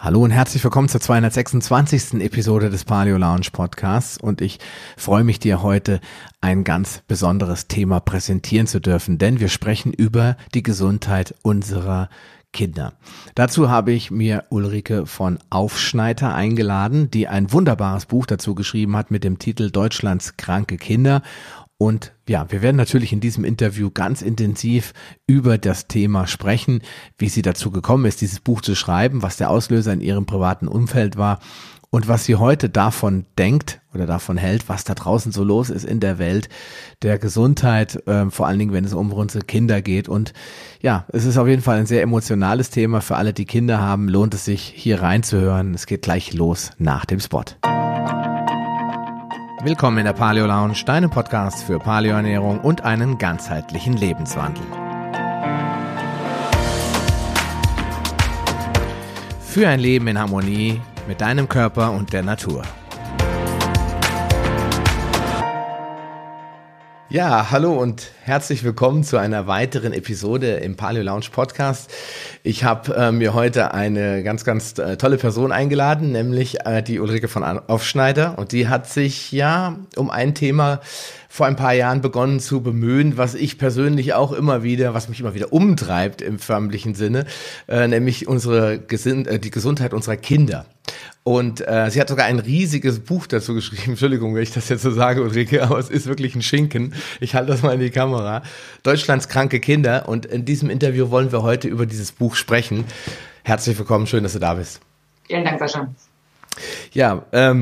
Hallo und herzlich willkommen zur 226. Episode des Paleo Lounge Podcasts und ich freue mich, dir heute ein ganz besonderes Thema präsentieren zu dürfen, denn wir sprechen über die Gesundheit unserer Kinder. Dazu habe ich mir Ulrike von Aufschneider eingeladen, die ein wunderbares Buch dazu geschrieben hat mit dem Titel Deutschlands kranke Kinder. Und ja, wir werden natürlich in diesem Interview ganz intensiv über das Thema sprechen, wie sie dazu gekommen ist, dieses Buch zu schreiben, was der Auslöser in ihrem privaten Umfeld war und was sie heute davon denkt oder davon hält, was da draußen so los ist in der Welt der Gesundheit, vor allen Dingen, wenn es um unsere Kinder geht. Und ja, es ist auf jeden Fall ein sehr emotionales Thema. Für alle, die Kinder haben, lohnt es sich, hier reinzuhören. Es geht gleich los nach dem Spot. Willkommen in der Paleo Lounge, deinem Podcast für Paleoernährung und einen ganzheitlichen Lebenswandel. Für ein Leben in Harmonie mit deinem Körper und der Natur. Ja, hallo und herzlich willkommen zu einer weiteren Episode im Paleo Lounge Podcast. Ich habe mir heute eine ganz tolle Person eingeladen, nämlich die Ulrike von Aufschneider, und die hat sich ja um ein Thema vor ein paar Jahren begonnen zu bemühen, was ich persönlich auch was mich immer wieder umtreibt im förmlichen Sinne, nämlich die Gesundheit unserer Kinder. Und sie hat sogar ein riesiges Buch dazu geschrieben. Entschuldigung, wenn ich das jetzt so sage, Ulrike, aber es ist wirklich ein Schinken. Ich halte das mal in die Kamera. Deutschlands kranke Kinder. Und in diesem Interview wollen wir heute über dieses Buch sprechen. Herzlich willkommen, schön, dass du da bist. Vielen Dank, Sascha. Ja,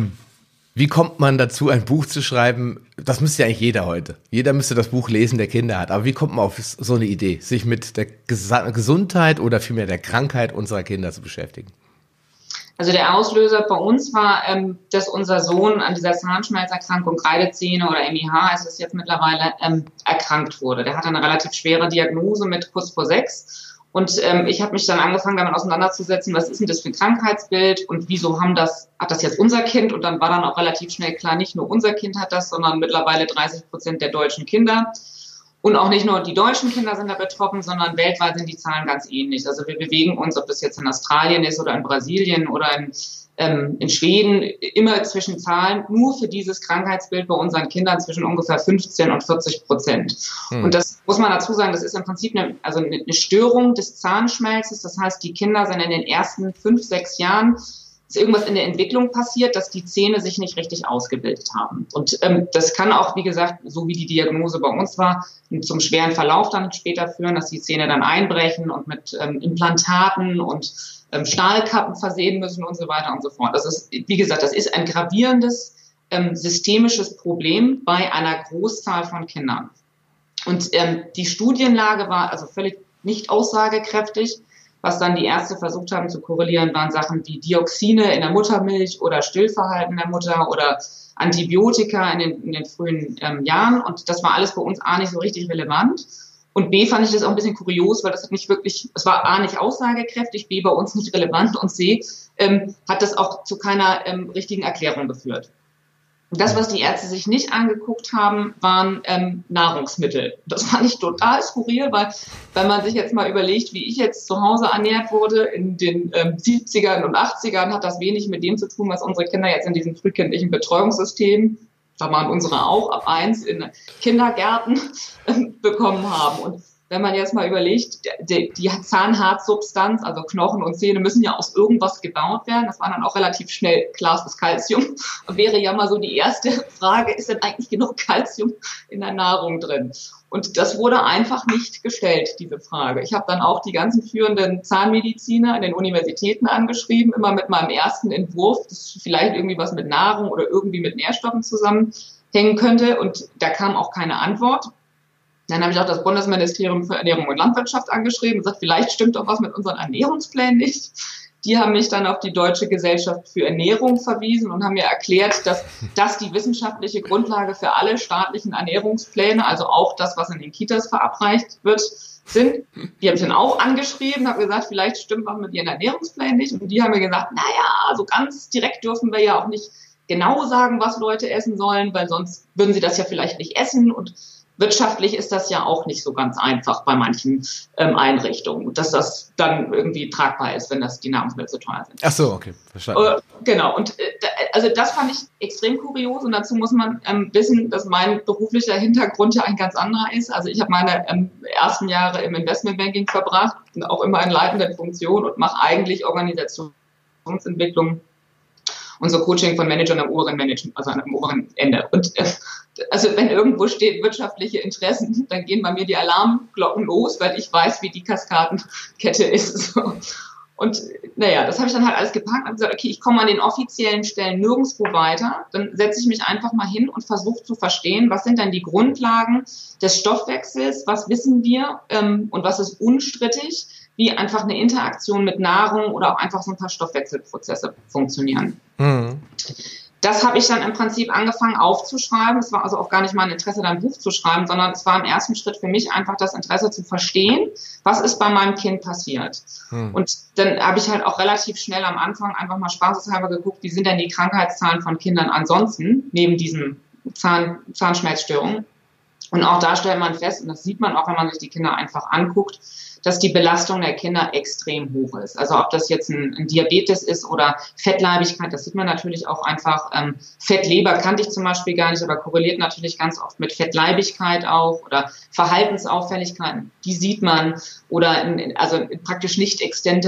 wie kommt man dazu, ein Buch zu schreiben? Das müsste ja eigentlich jeder heute. Jeder müsste das Buch lesen, der Kinder hat. Aber wie kommt man auf so eine Idee, sich mit der Gesundheit oder vielmehr der Krankheit unserer Kinder zu beschäftigen? Also der Auslöser bei uns war, dass unser Sohn an dieser Zahnschmelzerkrankung Kreidezähne oder MIH, es ist jetzt mittlerweile, erkrankt wurde. Der hatte eine relativ schwere Diagnose mit kurz vor 6. Und ich habe mich dann angefangen, damit auseinanderzusetzen, was ist denn das für ein Krankheitsbild und wieso hat das jetzt unser Kind? Und dann war dann auch relativ schnell klar, nicht nur unser Kind hat das, sondern mittlerweile 30% der deutschen Kinder. Und auch nicht nur die deutschen Kinder sind da betroffen, sondern weltweit sind die Zahlen ganz ähnlich. Also wir bewegen uns, ob das jetzt in Australien ist oder in Brasilien oder in Schweden, immer zwischen Zahlen nur für dieses Krankheitsbild bei unseren Kindern zwischen ungefähr 15% und 40%. Und das muss man dazu sagen, das ist im Prinzip eine Störung des Zahnschmelzes. Das heißt, die Kinder sind in den ersten 5-6 Jahren, ist irgendwas in der Entwicklung passiert, dass die Zähne sich nicht richtig ausgebildet haben. Und das kann auch, wie gesagt, so wie die Diagnose bei uns war, zum schweren Verlauf dann später führen, dass die Zähne dann einbrechen und mit Implantaten und Stahlkappen versehen müssen und so weiter und so fort. Das ist, wie gesagt, das ist ein gravierendes systemisches Problem bei einer Großzahl von Kindern. Und die Studienlage war also völlig nicht aussagekräftig. Was dann die Ärzte versucht haben zu korrelieren, waren Sachen wie Dioxine in der Muttermilch oder Stillverhalten der Mutter oder Antibiotika in den frühen Jahren. Und das war alles bei uns A, nicht so richtig relevant. Und B, fand ich das auch ein bisschen kurios, weil es war A, nicht aussagekräftig, B, bei uns nicht relevant und C, hat das auch zu keiner richtigen Erklärung geführt. Und das, was die Ärzte sich nicht angeguckt haben, waren Nahrungsmittel. Das fand ich total skurril, weil wenn man sich jetzt mal überlegt, wie ich jetzt zu Hause ernährt wurde in den 70ern und 80ern, hat das wenig mit dem zu tun, was unsere Kinder jetzt in diesem frühkindlichen Betreuungssystem, da waren unsere auch ab 1 in Kindergärten bekommen haben. Und wenn man jetzt mal überlegt, die Zahnharzsubstanz, also Knochen und Zähne, müssen ja aus irgendwas gebaut werden. Das war dann auch relativ schnell klares Calcium. Und wäre ja mal so die erste Frage, ist denn eigentlich genug Calcium in der Nahrung drin? Und das wurde einfach nicht gestellt, diese Frage. Ich habe dann auch die ganzen führenden Zahnmediziner in den Universitäten angeschrieben, immer mit meinem ersten Entwurf, das vielleicht irgendwie was mit Nahrung oder irgendwie mit Nährstoffen zusammenhängen könnte. Und da kam auch keine Antwort. Dann habe ich auch das Bundesministerium für Ernährung und Landwirtschaft angeschrieben und gesagt, vielleicht stimmt doch was mit unseren Ernährungsplänen nicht. Die haben mich dann auf die Deutsche Gesellschaft für Ernährung verwiesen und haben mir erklärt, dass das die wissenschaftliche Grundlage für alle staatlichen Ernährungspläne, also auch das, was in den Kitas verabreicht wird, sind. Die habe ich dann auch angeschrieben, habe gesagt, vielleicht stimmt was mit ihren Ernährungsplänen nicht. Und die haben mir gesagt, naja, so ganz direkt dürfen wir ja auch nicht genau sagen, was Leute essen sollen, weil sonst würden sie das ja vielleicht nicht essen. Und wirtschaftlich ist das ja auch nicht so ganz einfach bei manchen Einrichtungen, dass das dann irgendwie tragbar ist, wenn die Nahrungsmittel so teuer sind. Ach so, okay, verstanden. Genau, und also das fand ich extrem kurios und dazu muss man wissen, dass mein beruflicher Hintergrund ja ein ganz anderer ist. Also ich habe meine ersten Jahre im Investmentbanking verbracht, bin auch immer in leitender Funktion und mache eigentlich Organisationsentwicklung und so Coaching von Managern am oberen Management, also am oberen Ende. Und also wenn irgendwo steht wirtschaftliche Interessen, dann gehen bei mir die Alarmglocken los, weil ich weiß, wie die Kaskadenkette ist. So. Und naja, das habe ich dann halt alles gepackt und gesagt, okay, ich komme an den offiziellen Stellen nirgendwo weiter. Dann setze ich mich einfach mal hin und versuche zu verstehen, was sind dann die Grundlagen des Stoffwechsels, was wissen wir und was ist unstrittig, wie einfach eine Interaktion mit Nahrung oder auch einfach so ein paar Stoffwechselprozesse funktionieren. Mhm. Das habe ich dann im Prinzip angefangen aufzuschreiben. Es war also auch gar nicht mein Interesse, da ein Buch zu schreiben, sondern es war im ersten Schritt für mich einfach das Interesse zu verstehen, was ist bei meinem Kind passiert. Und dann habe ich halt auch relativ schnell am Anfang einfach mal spaßeshalber geguckt, wie sind denn die Krankheitszahlen von Kindern ansonsten, neben diesen Zahnschmelzstörungen. Und auch da stellt man fest, und das sieht man auch, wenn man sich die Kinder einfach anguckt, dass die Belastung der Kinder extrem hoch ist. Also ob das jetzt ein Diabetes ist oder Fettleibigkeit, das sieht man natürlich auch einfach. Fettleber kannte ich zum Beispiel gar nicht, aber korreliert natürlich ganz oft mit Fettleibigkeit auch oder Verhaltensauffälligkeiten, die sieht man. Oder also praktisch nicht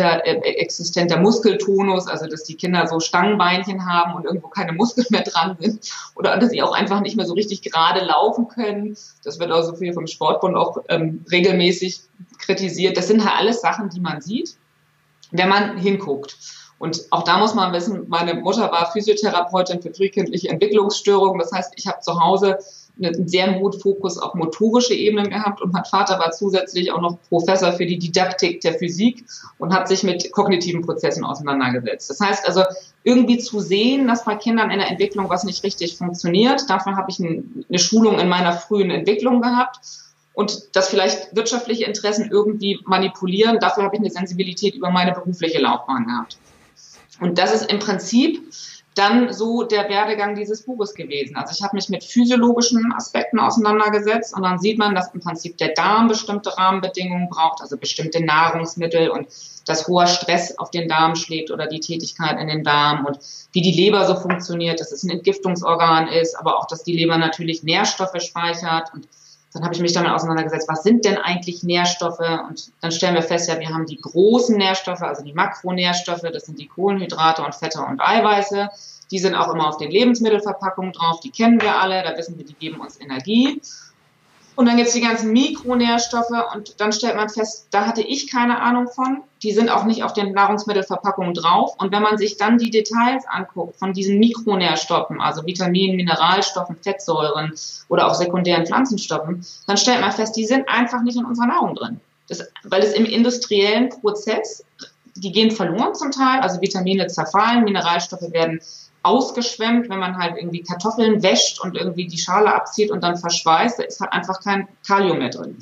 existenter Muskeltonus, also dass die Kinder so Stangenbeinchen haben und irgendwo keine Muskeln mehr dran sind oder dass sie auch einfach nicht mehr so richtig gerade laufen können. Das wird also viel vom Sportbund auch regelmäßig kritisiert. Das sind halt alles Sachen, die man sieht, wenn man hinguckt. Und auch da muss man wissen, meine Mutter war Physiotherapeutin für frühkindliche Entwicklungsstörungen. Das heißt, ich habe zu Hause einen sehr hohen Fokus auf motorische Ebenen gehabt und mein Vater war zusätzlich auch noch Professor für die Didaktik der Physik und hat sich mit kognitiven Prozessen auseinandergesetzt. Das heißt also, irgendwie zu sehen, dass bei Kindern in der Entwicklung was nicht richtig funktioniert, dafür habe ich eine Schulung in meiner frühen Entwicklung gehabt. Und das vielleicht wirtschaftliche Interessen irgendwie manipulieren, dafür habe ich eine Sensibilität über meine berufliche Laufbahn gehabt. Und das ist im Prinzip dann so der Werdegang dieses Buches gewesen. Also ich habe mich mit physiologischen Aspekten auseinandergesetzt und dann sieht man, dass im Prinzip der Darm bestimmte Rahmenbedingungen braucht, also bestimmte Nahrungsmittel und dass hoher Stress auf den Darm schlägt oder die Tätigkeit in den Darm und wie die Leber so funktioniert, dass es ein Entgiftungsorgan ist, aber auch, dass die Leber natürlich Nährstoffe speichert und dann habe ich mich damit auseinandergesetzt, was sind denn eigentlich Nährstoffe? Und dann stellen wir fest, ja, wir haben die großen Nährstoffe, also die Makronährstoffe, das sind die Kohlenhydrate und Fette und Eiweiße. Die sind auch immer auf den Lebensmittelverpackungen drauf, die kennen wir alle, da wissen wir, die geben uns Energie. Und dann gibt es die ganzen Mikronährstoffe und dann stellt man fest, da hatte ich keine Ahnung von. Die sind auch nicht auf den Nahrungsmittelverpackungen drauf. Und wenn man sich dann die Details anguckt von diesen Mikronährstoffen, also Vitaminen, Mineralstoffen, Fettsäuren oder auch sekundären Pflanzenstoffen, dann stellt man fest, die sind einfach nicht in unserer Nahrung drin. Weil es im industriellen Prozess, die gehen verloren zum Teil, also Vitamine zerfallen, Mineralstoffe werden ausgeschwemmt, wenn man halt irgendwie Kartoffeln wäscht und irgendwie die Schale abzieht und dann verschweißt, da ist halt einfach kein Kalium mehr drin.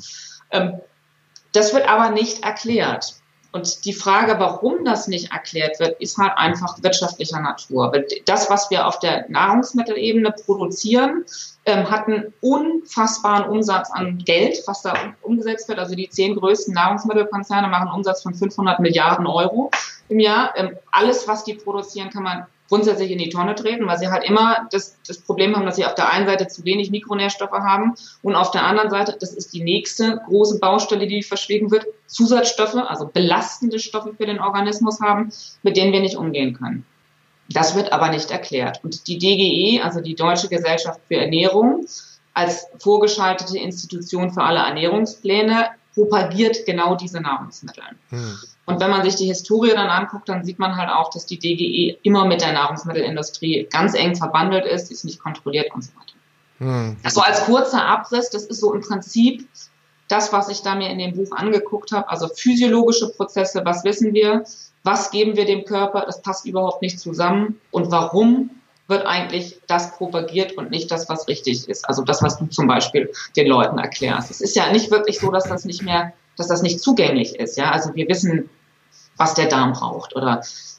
Das wird aber nicht erklärt. Und die Frage, warum das nicht erklärt wird, ist halt einfach wirtschaftlicher Natur. Weil das, was wir auf der Nahrungsmittelebene produzieren, hat einen unfassbaren Umsatz an Geld, was da umgesetzt wird. Also die 10 größten Nahrungsmittelkonzerne machen einen Umsatz von 500 Milliarden Euro im Jahr. Alles, was die produzieren, kann man grundsätzlich in die Tonne treten, weil sie halt immer das Problem haben, dass sie auf der einen Seite zu wenig Mikronährstoffe haben und auf der anderen Seite, das ist die nächste große Baustelle, die verschwiegen wird, Zusatzstoffe, also belastende Stoffe für den Organismus haben, mit denen wir nicht umgehen können. Das wird aber nicht erklärt. Und die DGE, also die Deutsche Gesellschaft für Ernährung, als vorgeschaltete Institution für alle Ernährungspläne, propagiert genau diese Nahrungsmittel. Und wenn man sich die Historie dann anguckt, dann sieht man halt auch, dass die DGE immer mit der Nahrungsmittelindustrie ganz eng verbandelt ist, die ist nicht kontrolliert und so weiter. Also als kurzer Abriss, das ist so im Prinzip das, was ich da mir in dem Buch angeguckt habe, also physiologische Prozesse, was wissen wir, was geben wir dem Körper, das passt überhaupt nicht zusammen und warum wird eigentlich das propagiert und nicht das, was richtig ist. Also das, was du zum Beispiel den Leuten erklärst. Es ist ja nicht wirklich so, dass das nicht zugänglich ist. Ja, also wir wissen, was der Darm braucht oder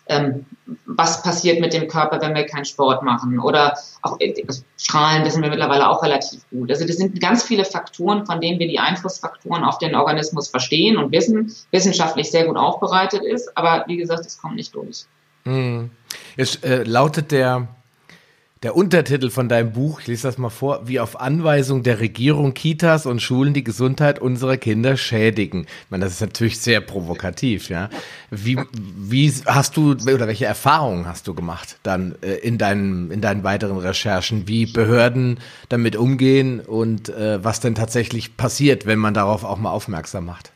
was passiert mit dem Körper, wenn wir keinen Sport machen, oder auch Strahlen wissen wir mittlerweile auch relativ gut. Also das sind ganz viele Faktoren, von denen wir die Einflussfaktoren auf den Organismus verstehen und wissen, wissenschaftlich sehr gut aufbereitet ist, aber wie gesagt, es kommt nicht durch. Jetzt lautet der Untertitel von deinem Buch, ich lese das mal vor, wie auf Anweisung der Regierung Kitas und Schulen die Gesundheit unserer Kinder schädigen. Ich meine, das ist natürlich sehr provokativ, ja. Wie hast du, oder welche Erfahrungen hast du gemacht dann in deinen weiteren Recherchen, wie Behörden damit umgehen und was denn tatsächlich passiert, wenn man darauf auch mal aufmerksam macht?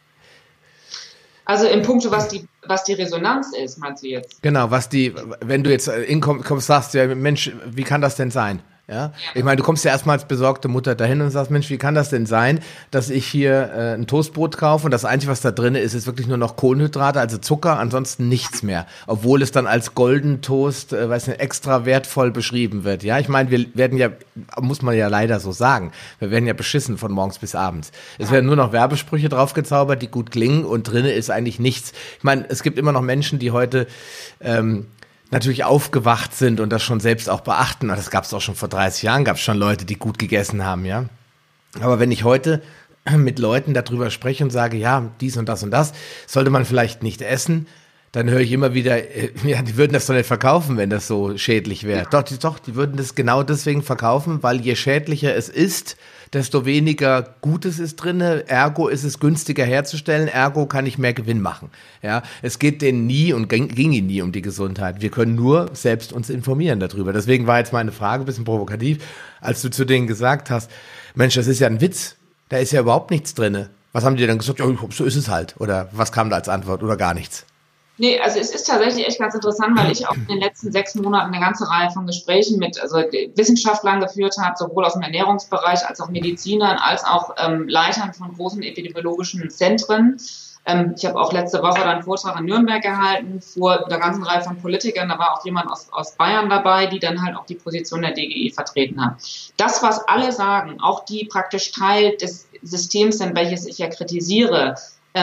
Also im Punkt, was die Resonanz ist, meinst du jetzt? Genau, wenn du jetzt kommst, sagst, ja, Mensch, wie kann das denn sein? Ja, ich meine, du kommst ja erstmal als besorgte Mutter dahin und sagst, Mensch, wie kann das denn sein, dass ich hier ein Toastbrot kaufe und das Einzige, was da drin ist wirklich nur noch Kohlenhydrate, also Zucker, ansonsten nichts mehr. Obwohl es dann als Golden Toast, extra wertvoll beschrieben wird. Ja, ich meine, wir werden ja, muss man ja leider so sagen, wir werden ja beschissen von morgens bis abends. Es werden nur noch Werbesprüche draufgezaubert, die gut klingen und drin ist eigentlich nichts. Ich meine, es gibt immer noch Menschen, die heute natürlich aufgewacht sind und das schon selbst auch beachten. Das gab es auch schon vor 30 Jahren, gab es schon Leute, die gut gegessen haben, ja. Aber wenn ich heute mit Leuten darüber spreche und sage, ja, dies und das sollte man vielleicht nicht essen, dann höre ich immer wieder, ja, die würden das doch nicht verkaufen, wenn das so schädlich wäre. Doch, die würden das genau deswegen verkaufen, weil je schädlicher es ist, desto weniger Gutes ist drinne, ergo ist es günstiger herzustellen, ergo kann ich mehr Gewinn machen. Ja, es geht denen nie und ging ihnen nie um die Gesundheit. Wir können nur selbst uns informieren darüber. Deswegen war jetzt meine Frage ein bisschen provokativ, als du zu denen gesagt hast, Mensch, das ist ja ein Witz, da ist ja überhaupt nichts drinne. Was haben die dann gesagt? Ja, so ist es halt. Oder was kam da als Antwort oder gar nichts? Nee, also es ist tatsächlich echt ganz interessant, weil ich auch in den letzten 6 Monaten eine ganze Reihe von Gesprächen mit Wissenschaftlern geführt habe, sowohl aus dem Ernährungsbereich als auch Medizinern, als auch Leitern von großen epidemiologischen Zentren. Ich habe auch letzte Woche dann einen Vortrag in Nürnberg gehalten vor einer ganzen Reihe von Politikern. Da war auch jemand aus Bayern dabei, die dann halt auch die Position der DGE vertreten haben. Das, was alle sagen, auch die praktisch Teil des Systems sind, welches ich ja kritisiere,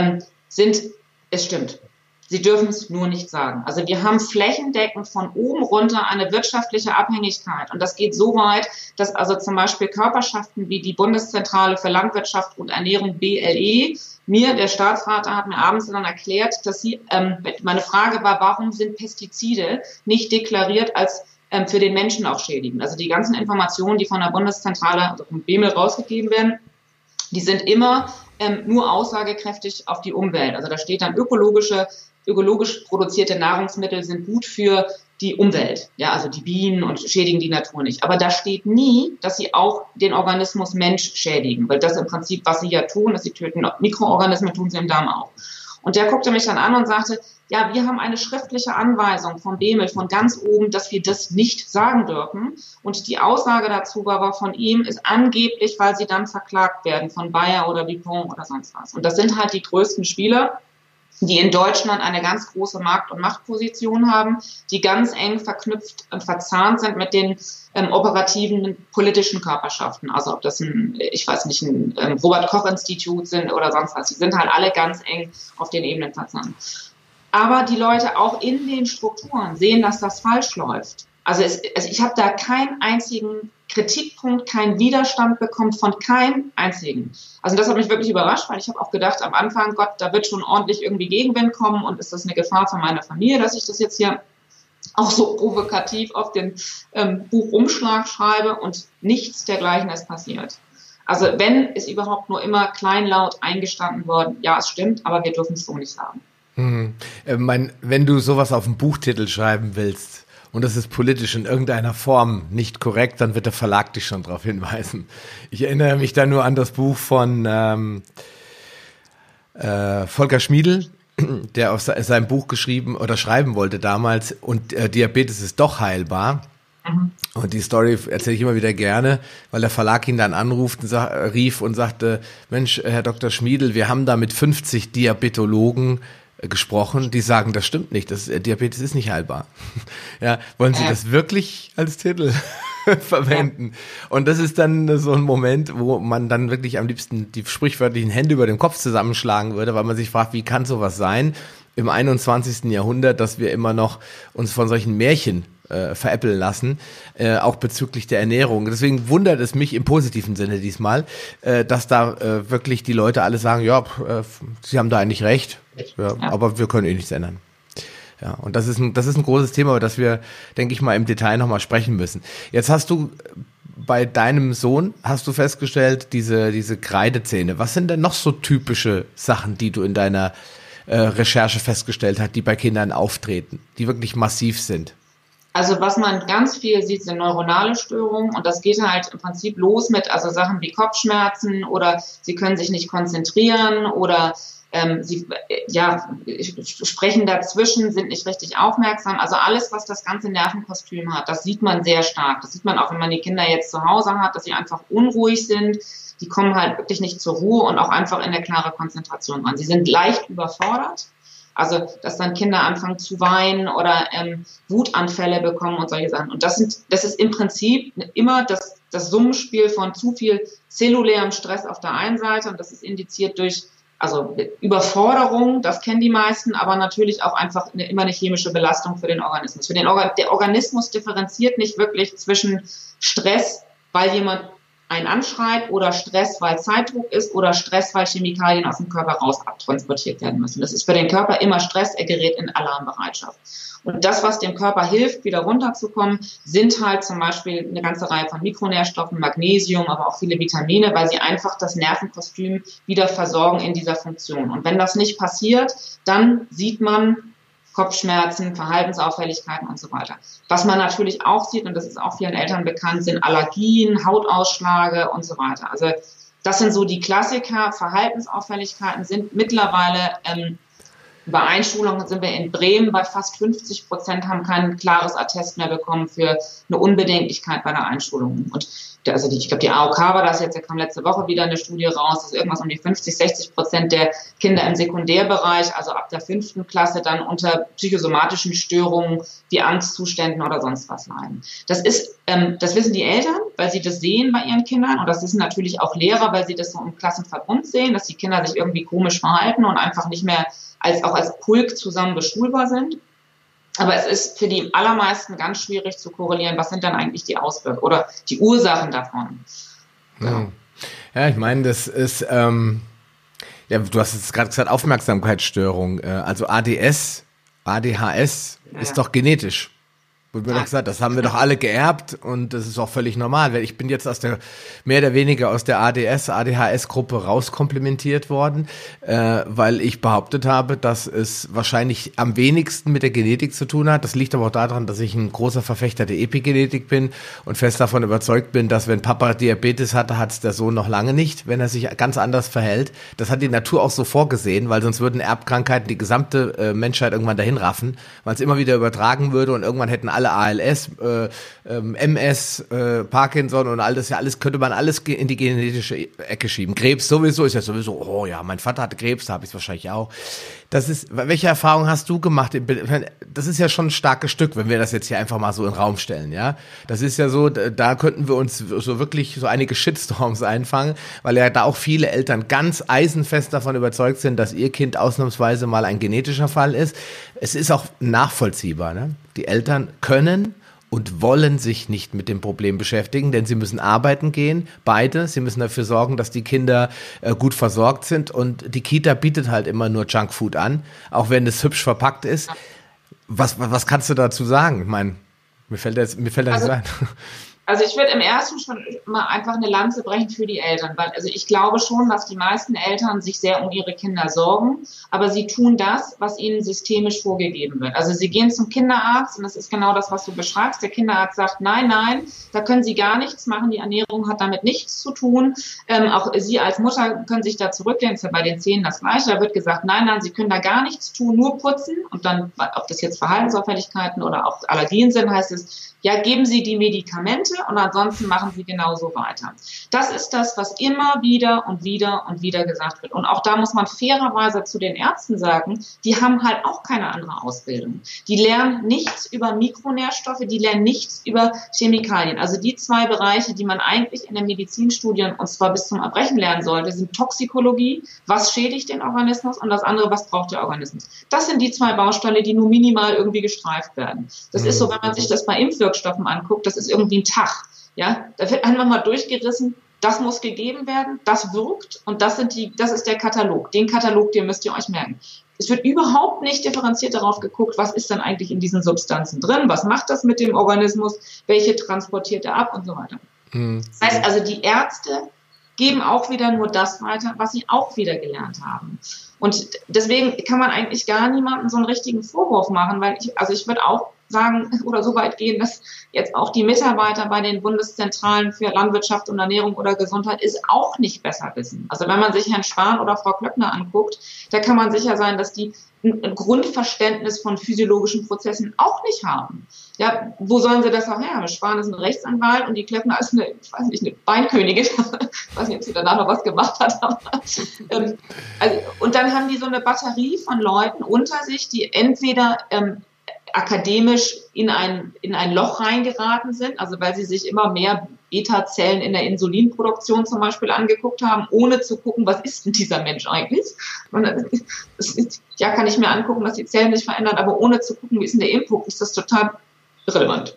es stimmt. Sie dürfen es nur nicht sagen. Also wir haben flächendeckend von oben runter eine wirtschaftliche Abhängigkeit. Und das geht so weit, dass also zum Beispiel Körperschaften wie die Bundeszentrale für Landwirtschaft und Ernährung BLE, der Staatsvater hat mir abends dann erklärt, dass meine Frage war, warum sind Pestizide nicht deklariert als für den Menschen auch schädigend? Also die ganzen Informationen, die von der Bundeszentrale, also vom BEMEL rausgegeben werden, die sind immer nur aussagekräftig auf die Umwelt. Also da steht dann ökologisch produzierte Nahrungsmittel sind gut für die Umwelt, ja, also die Bienen und schädigen die Natur nicht. Aber da steht nie, dass sie auch den Organismus Mensch schädigen, weil das im Prinzip, was sie ja tun, ist, sie töten Mikroorganismen, tun sie im Darm auch. Und der guckte mich dann an und sagte, ja, wir haben eine schriftliche Anweisung vom BEMEL von ganz oben, dass wir das nicht sagen dürfen. Und die Aussage dazu war von ihm, ist angeblich, weil sie dann verklagt werden von Bayer oder Dupont oder sonst was. Und das sind halt die größten Spieler, die in Deutschland eine ganz große Markt- und Machtposition haben, die ganz eng verknüpft und verzahnt sind mit den operativen politischen Körperschaften. Also ob das ein Robert-Koch-Institut sind oder sonst was. Die sind halt alle ganz eng auf den Ebenen verzahnt. Aber die Leute auch in den Strukturen sehen, dass das falsch läuft. Also ich habe da keinen einzigen Kritikpunkt, keinen Widerstand bekommen von keinem einzigen. Also das hat mich wirklich überrascht, weil ich habe auch gedacht am Anfang, Gott, da wird schon ordentlich irgendwie Gegenwind kommen und ist das eine Gefahr für meine Familie, dass ich das jetzt hier auch so provokativ auf den Buchumschlag schreibe, und nichts dergleichen ist passiert. Also wenn, ist überhaupt nur immer kleinlaut eingestanden worden, ja, es stimmt, aber wir dürfen es so nicht sagen. Wenn du sowas auf einen Buchtitel schreiben willst, und das ist politisch in irgendeiner Form nicht korrekt, dann wird der Verlag dich schon darauf hinweisen. Ich erinnere mich da nur an das Buch von Volker Schmiedl, der auf sein Buch geschrieben oder schreiben wollte damals, und Diabetes ist doch heilbar. Und die Story erzähle ich immer wieder gerne, weil der Verlag ihn dann rief und sagte, Mensch, Herr Dr. Schmiedl, wir haben da mit 50 Diabetologen gesprochen, die sagen, das stimmt nicht, Diabetes ist nicht heilbar. Ja, wollen Sie das wirklich als Titel verwenden? Und das ist dann so ein Moment, wo man dann wirklich am liebsten die sprichwörtlichen Hände über dem Kopf zusammenschlagen würde, weil man sich fragt, wie kann sowas sein? im 21. Jahrhundert, dass wir immer noch uns von solchen Märchen veräppeln lassen, auch bezüglich der Ernährung. Deswegen wundert es mich im positiven Sinne diesmal, dass da wirklich die Leute alle sagen, ja, sie haben da eigentlich recht, ja, aber wir können nichts ändern. Ja, und das ist ein großes Thema, über das wir, denke ich mal, im Detail nochmal sprechen müssen. Jetzt hast du bei deinem Sohn, hast du festgestellt, diese Kreidezähne. Was sind denn noch so typische Sachen, die du in deiner Recherche festgestellt hast, die bei Kindern auftreten, die wirklich massiv sind? Also was man ganz viel sieht, sind neuronale Störungen und das geht halt im Prinzip los mit also Sachen wie Kopfschmerzen oder sie können sich nicht konzentrieren oder sie sprechen dazwischen, sind nicht richtig aufmerksam. Also alles, was das ganze Nervenkostüm hat, das sieht man sehr stark. Das sieht man auch, wenn man die Kinder jetzt zu Hause hat, dass sie einfach unruhig sind. Die kommen halt wirklich nicht zur Ruhe und auch einfach in eine klare Konzentration ran. Sie sind leicht überfordert. Also, dass dann Kinder anfangen zu weinen oder Wutanfälle bekommen und solche Sachen. Und das ist im Prinzip immer das Summenspiel von zu viel zellulärem Stress auf der einen Seite und das ist indiziert durch Überforderung, das kennen die meisten, aber natürlich auch einfach immer eine chemische Belastung für den Organismus. Der Organismus differenziert nicht wirklich zwischen Stress, weil jemand einen anschreit oder Stress, weil Zeitdruck ist oder Stress, weil Chemikalien aus dem Körper raus abtransportiert werden müssen. Das ist für den Körper immer Stress, er gerät in Alarmbereitschaft. Und das, was dem Körper hilft, wieder runterzukommen, sind halt zum Beispiel eine ganze Reihe von Mikronährstoffen, Magnesium, aber auch viele Vitamine, weil sie einfach das Nervenkostüm wieder versorgen in dieser Funktion. Und wenn das nicht passiert, dann sieht man Kopfschmerzen, Verhaltensauffälligkeiten und so weiter. Was man natürlich auch sieht, und das ist auch vielen Eltern bekannt, sind Allergien, Hautausschläge und so weiter. Also das sind so die Klassiker. Verhaltensauffälligkeiten sind mittlerweile bei Einschulungen sind wir in Bremen bei fast 50% haben kein klares Attest mehr bekommen für eine Unbedenklichkeit bei der Einschulung. Und ich glaube, die AOK war das jetzt, da kam letzte Woche wieder eine Studie raus, dass irgendwas um die 50-60% der Kinder im Sekundärbereich, also ab der 5. Klasse, dann unter psychosomatischen Störungen wie Angstzuständen oder sonst was leiden. Das wissen die Eltern, weil sie das sehen bei ihren Kindern und das wissen natürlich auch Lehrer, weil sie das so im Klassenverbund sehen, dass die Kinder sich irgendwie komisch verhalten und einfach nicht mehr als Pulk zusammen beschulbar sind. Aber es ist für die allermeisten ganz schwierig zu korrelieren, was sind dann eigentlich die Auswirkungen oder die Ursachen davon. Ja, ich meine, das ist, du hast jetzt gerade gesagt, Aufmerksamkeitsstörung, also ADHS ist doch genetisch. Wurde mir doch gesagt, das haben wir doch alle geerbt und das ist auch völlig normal. Ich bin jetzt mehr oder weniger aus der ADHS-Gruppe rauskomplimentiert worden, weil ich behauptet habe, dass es wahrscheinlich am wenigsten mit der Genetik zu tun hat. Das liegt aber auch daran, dass ich ein großer Verfechter der Epigenetik bin und fest davon überzeugt bin, dass wenn Papa Diabetes hatte, hat es der Sohn noch lange nicht, wenn er sich ganz anders verhält. Das hat die Natur auch so vorgesehen, weil sonst würden Erbkrankheiten die gesamte Menschheit irgendwann dahin raffen, weil es immer wieder übertragen würde und irgendwann hätten alle ALS, MS, Parkinson und all das, alles könnte man alles in die genetische Ecke schieben. Krebs sowieso ist ja sowieso, oh ja, mein Vater hatte Krebs, da habe ich es wahrscheinlich auch. Welche Erfahrung hast du gemacht? Das ist ja schon ein starkes Stück, wenn wir das jetzt hier einfach mal so in den Raum stellen, ja. Das ist ja so, da könnten wir uns so wirklich so einige Shitstorms einfangen, weil ja da auch viele Eltern ganz eisenfest davon überzeugt sind, dass ihr Kind ausnahmsweise mal ein genetischer Fall ist. Es ist auch nachvollziehbar, ne? Die Eltern können und wollen sich nicht mit dem Problem beschäftigen, denn sie müssen arbeiten gehen, beide. Sie müssen dafür sorgen, dass die Kinder gut versorgt sind und die Kita bietet halt immer nur Junkfood an, auch wenn es hübsch verpackt ist. Was kannst du dazu sagen? Ich meine, mir fällt da nichts ein. Also ich würde im ersten schon mal einfach eine Lanze brechen für die Eltern, weil also ich glaube schon, dass die meisten Eltern sich sehr um ihre Kinder sorgen, aber sie tun das, was ihnen systemisch vorgegeben wird. Also sie gehen zum Kinderarzt und das ist genau das, was du beschreibst. Der Kinderarzt sagt, nein, da können sie gar nichts machen, die Ernährung hat damit nichts zu tun. Auch sie als Mutter können sich da zurücklehnen, das ist ja bei den Zähnen das Gleiche. Da wird gesagt, nein, sie können da gar nichts tun, nur putzen und dann, ob das jetzt Verhaltensauffälligkeiten oder auch Allergien sind, heißt es, ja, geben Sie die Medikamente und ansonsten machen Sie genauso weiter. Das ist das, was immer wieder und wieder und wieder gesagt wird. Und auch da muss man fairerweise zu den Ärzten sagen, die haben halt auch keine andere Ausbildung. Die lernen nichts über Mikronährstoffe, die lernen nichts über Chemikalien. Also die zwei Bereiche, die man eigentlich in den Medizinstudien, und zwar bis zum Erbrechen lernen sollte, sind Toxikologie, was schädigt den Organismus, und das andere, was braucht der Organismus. Das sind die zwei Bausteine, die nur minimal irgendwie gestreift werden. Das ist so, wenn man sich das bei Impfwirkstoffen anguckt, das ist irgendwie ein Tag. Ja, da wird einfach mal durchgerissen, das muss gegeben werden, das wirkt, und das ist der Katalog. Den Katalog, den müsst ihr euch merken. Es wird überhaupt nicht differenziert darauf geguckt, was ist dann eigentlich in diesen Substanzen drin, was macht das mit dem Organismus, welche transportiert er ab und so weiter. Das heißt also, die Ärzte geben auch wieder nur das weiter, was sie auch wieder gelernt haben. Und deswegen kann man eigentlich gar niemandem so einen richtigen Vorwurf machen, weil ich würde auch sagen oder so weit gehen, dass jetzt auch die Mitarbeiter bei den Bundeszentralen für Landwirtschaft und Ernährung oder Gesundheit es auch nicht besser wissen. Also wenn man sich Herrn Spahn oder Frau Klöckner anguckt, da kann man sicher sein, dass die ein Grundverständnis von physiologischen Prozessen auch nicht haben. Ja, wo sollen sie das auch her haben? Spahn ist ein Rechtsanwalt und die Klöckner ist eine Beinkönigin. Ich weiß nicht, ob sie danach noch was gemacht hat. Aber, und dann haben die so eine Batterie von Leuten unter sich, die entweder akademisch in ein Loch reingeraten sind, also weil sie sich immer mehr Beta-Zellen in der Insulinproduktion zum Beispiel angeguckt haben, ohne zu gucken, was ist denn dieser Mensch eigentlich? Kann ich mir angucken, dass die Zellen sich verändern, aber ohne zu gucken, wie ist denn der Input, ist das total irrelevant.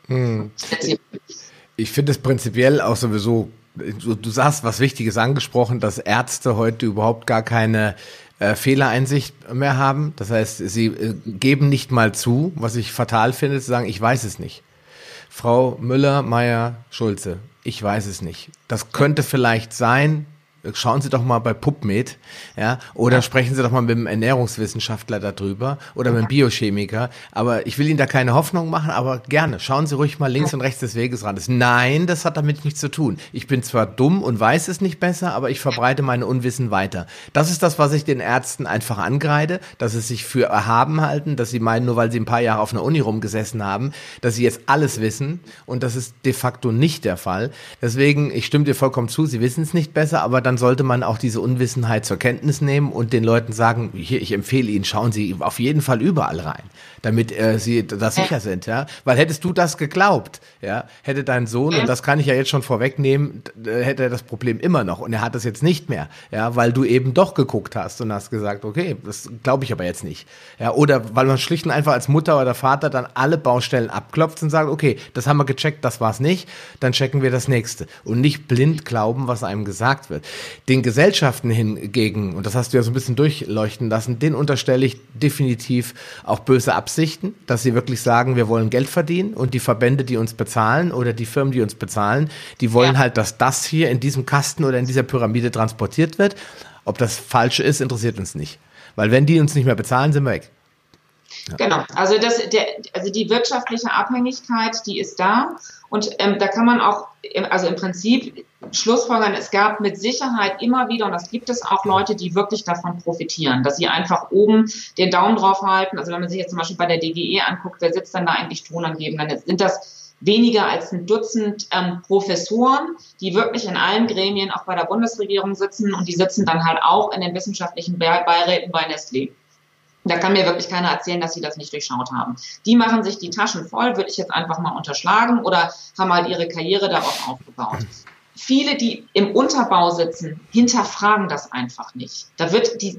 Ich finde es prinzipiell auch sowieso, du hast was Wichtiges angesprochen, dass Ärzte heute überhaupt gar keine Fehlereinsicht mehr haben. Das heißt, sie geben nicht mal zu, was ich fatal finde, zu sagen, ich weiß es nicht. Frau Müller, Meier, Schulze, ich weiß es nicht. Das könnte vielleicht sein. Schauen Sie doch mal bei PubMed, ja, oder sprechen Sie doch mal mit dem Ernährungswissenschaftler darüber oder mit dem Biochemiker. Aber ich will Ihnen da keine Hoffnung machen, aber gerne. Schauen Sie ruhig mal links und rechts des Wegesrandes. Nein, das hat damit nichts zu tun. Ich bin zwar dumm und weiß es nicht besser, aber ich verbreite meine Unwissen weiter. Das ist das, was ich den Ärzten einfach angreide, dass sie sich für erhaben halten, dass sie meinen, nur weil sie ein paar Jahre auf einer Uni rumgesessen haben, dass sie jetzt alles wissen, und das ist de facto nicht der Fall. Deswegen, ich stimme dir vollkommen zu, sie wissen es nicht besser, aber dann sollte man auch diese Unwissenheit zur Kenntnis nehmen und den Leuten sagen, hier, ich empfehle Ihnen, schauen Sie auf jeden Fall überall rein, damit Sie da sicher sind, ja, weil hättest du das geglaubt, ja, hätte dein Sohn, und das kann ich ja jetzt schon vorwegnehmen, hätte er das Problem immer noch, und er hat das jetzt nicht mehr, ja, weil du eben doch geguckt hast und hast gesagt, okay, das glaube ich aber jetzt nicht, ja, oder weil man schlicht und einfach als Mutter oder Vater dann alle Baustellen abklopft und sagt, okay, das haben wir gecheckt, das war's nicht, dann checken wir das nächste und nicht blind glauben, was einem gesagt wird. Den Gesellschaften hingegen, und das hast du ja so ein bisschen durchleuchten lassen, den unterstelle ich definitiv auch böse Absichten, dass sie wirklich sagen, wir wollen Geld verdienen, und die Verbände, die uns bezahlen, oder die Firmen, die uns bezahlen, die wollen halt, dass das hier in diesem Kasten oder in dieser Pyramide transportiert wird. Ob das falsch ist, interessiert uns nicht. Weil wenn die uns nicht mehr bezahlen, sind wir weg. Ja. Genau, also die wirtschaftliche Abhängigkeit, die ist da, und da kann man auch, also im Prinzip schlussfolgern, es gab mit Sicherheit immer wieder, und das gibt es auch, Leute, die wirklich davon profitieren, dass sie einfach oben den Daumen drauf halten. Also wenn man sich jetzt zum Beispiel bei der DGE anguckt, wer sitzt dann da eigentlich tonangebend, dann sind das weniger als ein Dutzend Professoren, die wirklich in allen Gremien auch bei der Bundesregierung sitzen, und die sitzen dann halt auch in den wissenschaftlichen Beiräten bei Nestlé. Da kann mir wirklich keiner erzählen, dass sie das nicht durchschaut haben. Die machen sich die Taschen voll, würde ich jetzt einfach mal unterschlagen, oder haben halt ihre Karriere darauf aufgebaut. Viele, die im Unterbau sitzen, hinterfragen das einfach nicht. Die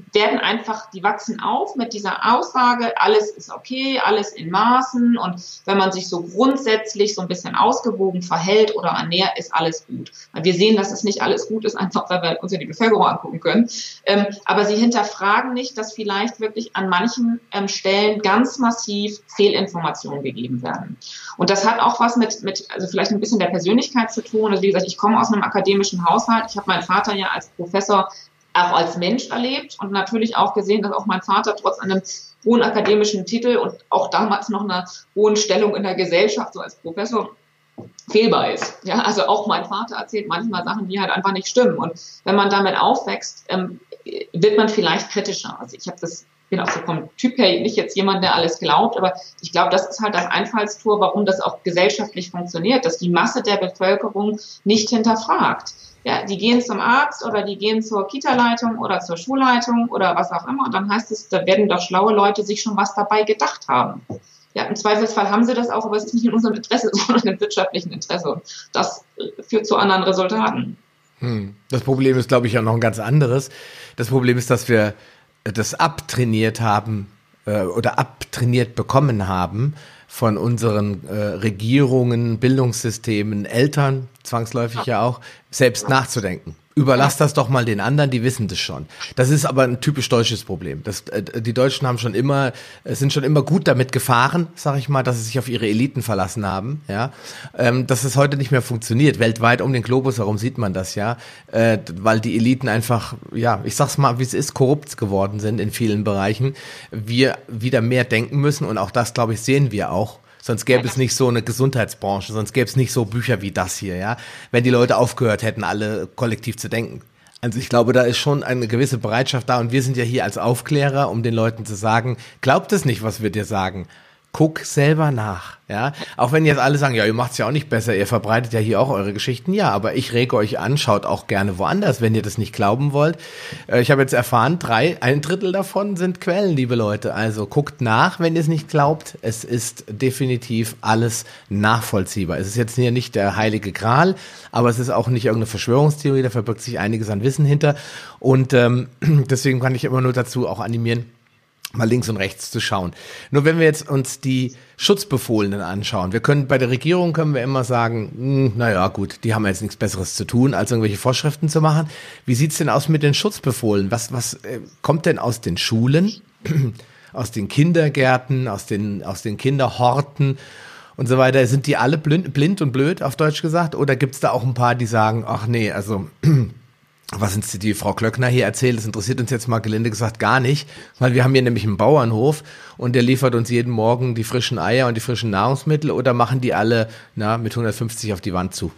wachsen auf mit dieser Aussage, alles ist okay, alles in Maßen, und wenn man sich so grundsätzlich so ein bisschen ausgewogen verhält oder ernährt, ist alles gut. Weil wir sehen, dass es nicht alles gut ist, einfach weil wir uns ja die Bevölkerung angucken können. Aber sie hinterfragen nicht, dass vielleicht wirklich an manchen Stellen ganz massiv Fehlinformationen gegeben werden. Und das hat auch was mit also vielleicht ein bisschen der Persönlichkeit zu tun. Also wie gesagt, ich komme aus einem akademischen Haushalt. Ich habe meinen Vater ja als Professor auch als Mensch erlebt und natürlich auch gesehen, dass auch mein Vater trotz einem hohen akademischen Titel und auch damals noch einer hohen Stellung in der Gesellschaft so als Professor fehlbar ist. Ja, also auch mein Vater erzählt manchmal Sachen, die halt einfach nicht stimmen. Und wenn man damit aufwächst, wird man vielleicht kritischer. Also ich bin auch so vom Typ her nicht jetzt jemand, der alles glaubt, aber ich glaube, das ist halt das Einfallstor, warum das auch gesellschaftlich funktioniert, dass die Masse der Bevölkerung nicht hinterfragt. Ja, die gehen zum Arzt oder die gehen zur Kita-Leitung oder zur Schulleitung oder was auch immer und dann heißt es, da werden doch schlaue Leute sich schon was dabei gedacht haben. Ja, im Zweifelsfall haben sie das auch, aber es ist nicht in unserem Interesse, sondern im wirtschaftlichen Interesse. Das führt zu anderen Resultaten. Das Problem ist, glaube ich, auch noch ein ganz anderes. Das Problem ist, dass wir das abtrainiert haben oder abtrainiert bekommen haben von unseren Regierungen, Bildungssystemen, Eltern, zwangsläufig ja auch, selbst nachzudenken. Überlass das doch mal den anderen, die wissen das schon. Das ist aber ein typisch deutsches Problem. Die Deutschen sind schon immer gut damit gefahren, sag ich mal, dass sie sich auf ihre Eliten verlassen haben, ja. Dass es heute nicht mehr funktioniert. Weltweit um den Globus herum sieht man das, ja. Weil die Eliten einfach, ja, ich sag's mal, wie es ist, korrupt geworden sind in vielen Bereichen. Wir wieder mehr denken müssen und auch das, glaube ich, sehen wir auch. Sonst gäbe es nicht so eine Gesundheitsbranche, sonst gäbe es nicht so Bücher wie das hier, ja, wenn die Leute aufgehört hätten, alle kollektiv zu denken. Also ich glaube, da ist schon eine gewisse Bereitschaft da und wir sind ja hier als Aufklärer, um den Leuten zu sagen, glaubt es nicht, was wir dir sagen. Guck selber nach, ja. Auch wenn jetzt alle sagen, ja, ihr macht's ja auch nicht besser, ihr verbreitet ja hier auch eure Geschichten. Ja, aber ich rege euch an, schaut auch gerne woanders, wenn ihr das nicht glauben wollt. Ich habe jetzt erfahren, 1/3 davon sind Quellen, liebe Leute. Also guckt nach, wenn ihr es nicht glaubt. Es ist definitiv alles nachvollziehbar. Es ist jetzt hier nicht der heilige Gral, aber es ist auch nicht irgendeine Verschwörungstheorie, da verbirgt sich einiges an Wissen hinter. Und deswegen kann ich immer nur dazu auch animieren, mal links und rechts zu schauen. Nur wenn wir jetzt uns die Schutzbefohlenen anschauen, bei der Regierung können wir immer sagen, naja gut, die haben jetzt nichts Besseres zu tun, als irgendwelche Vorschriften zu machen. Wie sieht's denn aus mit den Schutzbefohlen? Was kommt denn aus den Schulen, aus den Kindergärten, aus den Kinderhorten und so weiter? Sind die alle blind und blöd, auf Deutsch gesagt? Oder gibt's da auch ein paar, die sagen, ach nee, also was uns die Frau Klöckner hier erzählt, das interessiert uns jetzt mal gelinde gesagt gar nicht, weil wir haben hier nämlich einen Bauernhof und der liefert uns jeden Morgen die frischen Eier und die frischen Nahrungsmittel oder machen die alle mit 150 auf die Wand zu?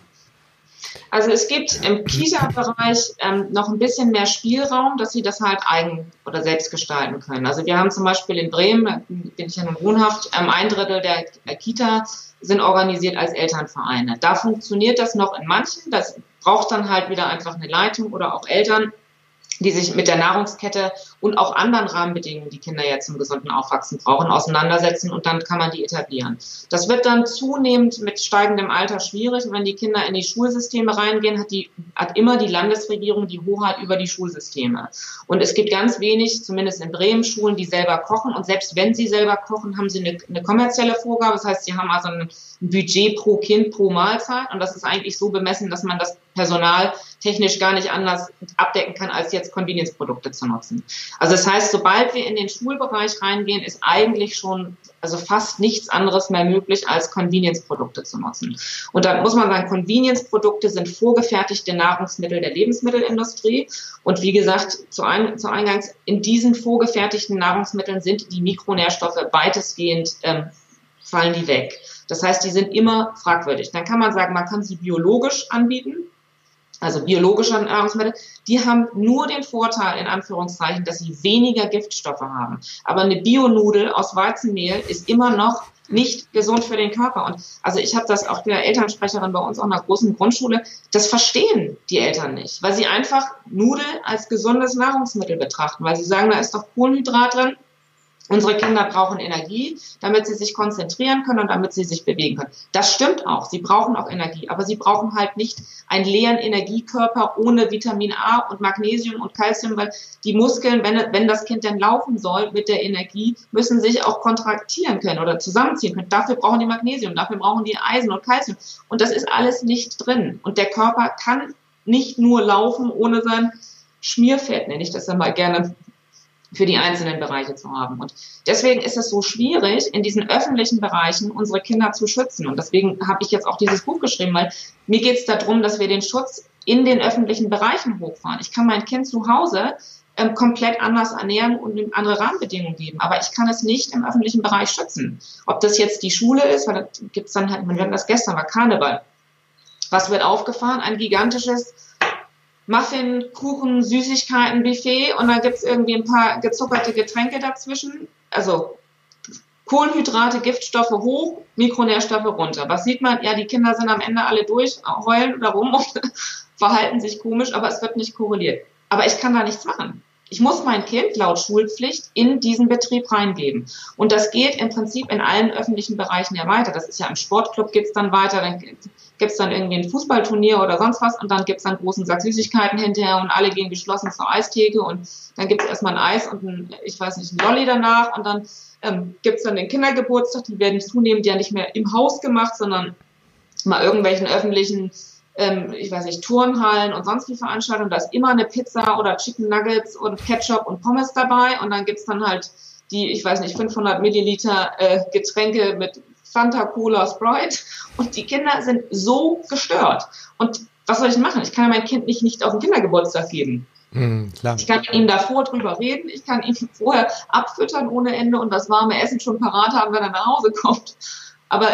Also es gibt im Kita-Bereich noch ein bisschen mehr Spielraum, dass sie das halt eigen oder selbst gestalten können. Also wir haben zum Beispiel in Bremen, da bin ich ja nun wohnhaft, 1/3 der Kita sind organisiert als Elternvereine. Da funktioniert das noch in manchen, das braucht dann halt wieder einfach eine Leitung oder auch Eltern, die sich mit der Nahrungskette und auch anderen Rahmenbedingungen, die Kinder ja zum gesunden Aufwachsen brauchen, auseinandersetzen und dann kann man die etablieren. Das wird dann zunehmend mit steigendem Alter schwierig. Wenn die Kinder in die Schulsysteme reingehen, hat immer die Landesregierung die Hoheit über die Schulsysteme. Und es gibt ganz wenig, zumindest in Bremen, Schulen, die selber kochen. Und selbst wenn sie selber kochen, haben sie eine kommerzielle Vorgabe. Das heißt, sie haben also ein Budget pro Kind, pro Mahlzeit. Und das ist eigentlich so bemessen, dass man das Personal technisch gar nicht anders abdecken kann, als jetzt Convenience-Produkte zu nutzen. Also das heißt, sobald wir in den Schulbereich reingehen, ist eigentlich schon fast nichts anderes mehr möglich, als Convenience-Produkte zu nutzen. Und da muss man sagen, Convenience-Produkte sind vorgefertigte Nahrungsmittel der Lebensmittelindustrie. Und wie gesagt, zu Eingangs, in diesen vorgefertigten Nahrungsmitteln sind die Mikronährstoffe weitestgehend, fallen die weg. Das heißt, die sind immer fragwürdig. Dann kann man sagen, man kann sie biologisch anbieten. Also biologische Nahrungsmittel, die haben nur den Vorteil, in Anführungszeichen, dass sie weniger Giftstoffe haben. Aber eine Bionudel aus Weizenmehl ist immer noch nicht gesund für den Körper. Und also ich habe das auch der Elternsprecherin bei uns auch in einer großen Grundschule, das verstehen die Eltern nicht, weil sie einfach Nudeln als gesundes Nahrungsmittel betrachten, weil sie sagen, da ist doch Kohlenhydrat drin. Unsere Kinder brauchen Energie, damit sie sich konzentrieren können und damit sie sich bewegen können. Das stimmt auch. Sie brauchen auch Energie, aber sie brauchen halt nicht einen leeren Energiekörper ohne Vitamin A und Magnesium und Calcium, weil die Muskeln, wenn das Kind dann laufen soll mit der Energie, müssen sich auch kontraktieren können oder zusammenziehen können. Dafür brauchen die Magnesium, dafür brauchen die Eisen und Calcium. Und das ist alles nicht drin. Und der Körper kann nicht nur laufen ohne sein Schmierfett, nenne ich das dann mal gerne, für die einzelnen Bereiche zu haben. Und deswegen ist es so schwierig, in diesen öffentlichen Bereichen unsere Kinder zu schützen. Und deswegen habe ich jetzt auch dieses Buch geschrieben, weil mir geht es darum, dass wir den Schutz in den öffentlichen Bereichen hochfahren. Ich kann mein Kind zu Hause komplett anders ernähren und ihm andere Rahmenbedingungen geben, aber ich kann es nicht im öffentlichen Bereich schützen. Ob das jetzt die Schule ist, weil da gibt es dann halt, wir hatten das gestern, war Karneval. Was wird aufgefahren? Ein gigantisches Muffin, Kuchen, Süßigkeiten, Buffet und dann gibt's irgendwie ein paar gezuckerte Getränke dazwischen. Also Kohlenhydrate, Giftstoffe hoch, Mikronährstoffe runter. Was sieht man? Ja, die Kinder sind am Ende alle durch, heulen oder rum und verhalten sich komisch, aber es wird nicht korreliert. Aber ich kann da nichts machen. Ich muss mein Kind laut Schulpflicht in diesen Betrieb reingeben. Und das geht im Prinzip in allen öffentlichen Bereichen ja weiter. Das ist ja im Sportclub geht's dann weiter, dann gibt's dann irgendwie ein Fußballturnier oder sonst was und dann gibt's dann einen großen Sack Süßigkeiten hinterher und alle gehen geschlossen zur Eistheke und dann gibt's erstmal ein Eis und ein Lolli danach und dann gibt's dann den Kindergeburtstag. Die werden zunehmend ja nicht mehr im Haus gemacht, sondern mal irgendwelchen öffentlichen Turnhallen und sonst wie Veranstaltungen, da ist immer eine Pizza oder Chicken Nuggets und Ketchup und Pommes dabei und dann gibt's dann halt die, 500 Milliliter Getränke mit Fanta, Cola, Sprite und die Kinder sind so gestört. Und was soll ich machen? Ich kann ja mein Kind nicht auf den Kindergeburtstag geben. Klar. Ich kann mit ihm davor drüber reden, ich kann ihn vorher abfüttern ohne Ende und das warme Essen schon parat haben, wenn er nach Hause kommt. Aber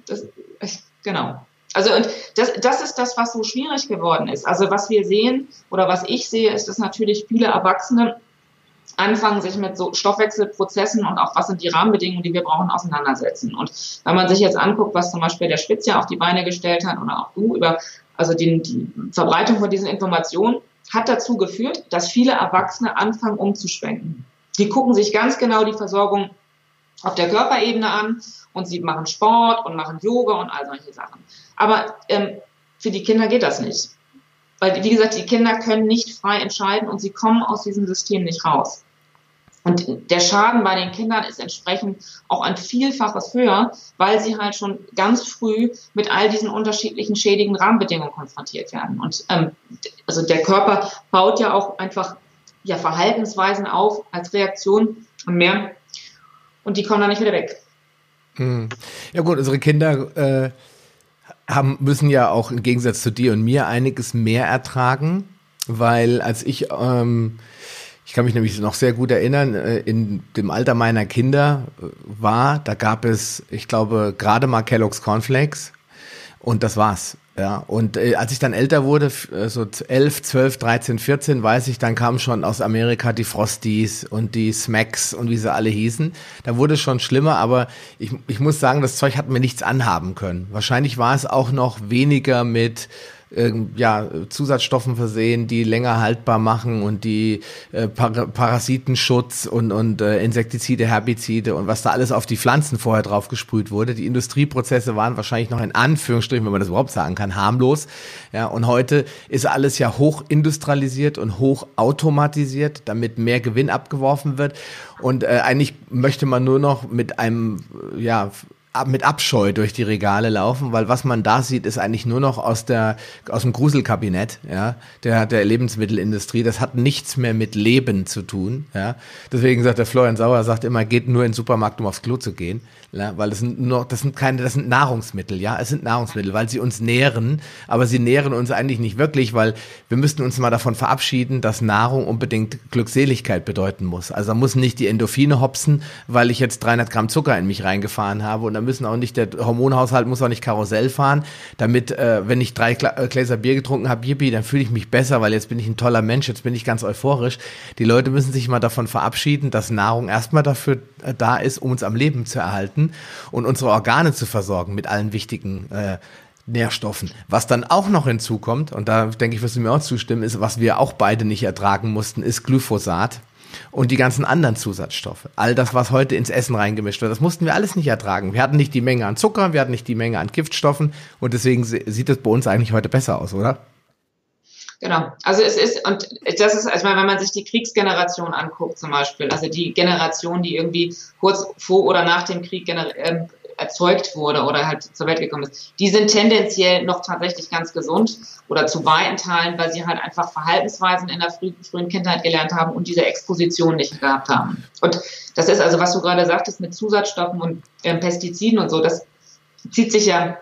genau. Also und das ist das, was so schwierig geworden ist. Also was wir sehen oder was ich sehe, ist, dass natürlich viele Erwachsene anfangen, sich mit so Stoffwechselprozessen und auch was sind die Rahmenbedingungen, die wir brauchen, auseinandersetzen. Und wenn man sich jetzt anguckt, was zum Beispiel der Spitz ja auf die Beine gestellt hat oder auch du die Verbreitung von diesen Informationen, hat dazu geführt, dass viele Erwachsene anfangen umzuschwenken. Die gucken sich ganz genau die Versorgung auf der Körperebene an und sie machen Sport und machen Yoga und all solche Sachen. Aber für die Kinder geht das nicht. Weil, wie gesagt, die Kinder können nicht frei entscheiden und sie kommen aus diesem System nicht raus. Und der Schaden bei den Kindern ist entsprechend auch ein Vielfaches höher, weil sie halt schon ganz früh mit all diesen unterschiedlichen schädigen Rahmenbedingungen konfrontiert werden. Und also der Körper baut ja auch einfach Verhaltensweisen auf als Reaktion und mehr. Und die kommen dann nicht wieder weg. Ja gut, unsere Kinder müssen ja auch im Gegensatz zu dir und mir einiges mehr ertragen, weil als ich kann mich nämlich noch sehr gut erinnern, in dem Alter meiner Kinder da gab es, ich glaube, gerade mal Kellogg's Cornflakes und das war's. Ja, und als ich dann älter wurde, so 11, 12, 13, 14, weiß ich, dann kamen schon aus Amerika die Frosties und die Smacks und wie sie alle hießen. Da wurde es schon schlimmer, aber ich muss sagen, das Zeug hat mir nichts anhaben können. Wahrscheinlich war es auch noch weniger mit Zusatzstoffen versehen, die länger haltbar machen und die Parasitenschutz und Insektizide, Herbizide und was da alles auf die Pflanzen vorher drauf gesprüht wurde. Die Industrieprozesse waren wahrscheinlich noch in Anführungsstrichen, wenn man das überhaupt sagen kann, harmlos. Ja, und heute ist alles ja hoch industrialisiert und hoch automatisiert, damit mehr Gewinn abgeworfen wird. Und eigentlich möchte man nur noch mit mit Abscheu durch die Regale laufen, weil was man da sieht, ist eigentlich nur noch aus dem Gruselkabinett, der Lebensmittelindustrie. Das hat nichts mehr mit Leben zu tun, Deswegen sagt der Florian Sauer, immer, geht nur in den Supermarkt, um aufs Klo zu gehen, weil das sind Nahrungsmittel, es sind Nahrungsmittel, weil sie uns nähren, aber sie nähren uns eigentlich nicht wirklich, weil wir müssten uns mal davon verabschieden, dass Nahrung unbedingt Glückseligkeit bedeuten muss. Also da muss nicht die Endorphine hopsen, weil ich jetzt 300 Gramm Zucker in mich reingefahren habe und müssen auch nicht, der Hormonhaushalt muss auch nicht Karussell fahren, damit, wenn ich 3 Gläser Bier getrunken habe, yippie, dann fühle ich mich besser, weil jetzt bin ich ein toller Mensch, jetzt bin ich ganz euphorisch. Die Leute müssen sich mal davon verabschieden, dass Nahrung erstmal dafür da ist, um uns am Leben zu erhalten und unsere Organe zu versorgen mit allen wichtigen Nährstoffen. Was dann auch noch hinzukommt, und da denke ich, wirst du mir auch zustimmen, ist, was wir auch beide nicht ertragen mussten, ist Glyphosat. Und die ganzen anderen Zusatzstoffe. All das, was heute ins Essen reingemischt wird, das mussten wir alles nicht ertragen. Wir hatten nicht die Menge an Zucker, wir hatten nicht die Menge an Giftstoffen und deswegen sieht es bei uns eigentlich heute besser aus, oder? Genau. Also wenn man sich die Kriegsgeneration anguckt zum Beispiel, also die Generation, die irgendwie kurz vor oder nach dem Krieg erzeugt wurde oder halt zur Welt gekommen ist, die sind tendenziell noch tatsächlich ganz gesund oder zu weiten Teilen, weil sie halt einfach Verhaltensweisen in der frühen Kindheit gelernt haben und diese Exposition nicht gehabt haben. Und das ist also, was du gerade sagtest mit Zusatzstoffen und Pestiziden und so, das zieht sich ja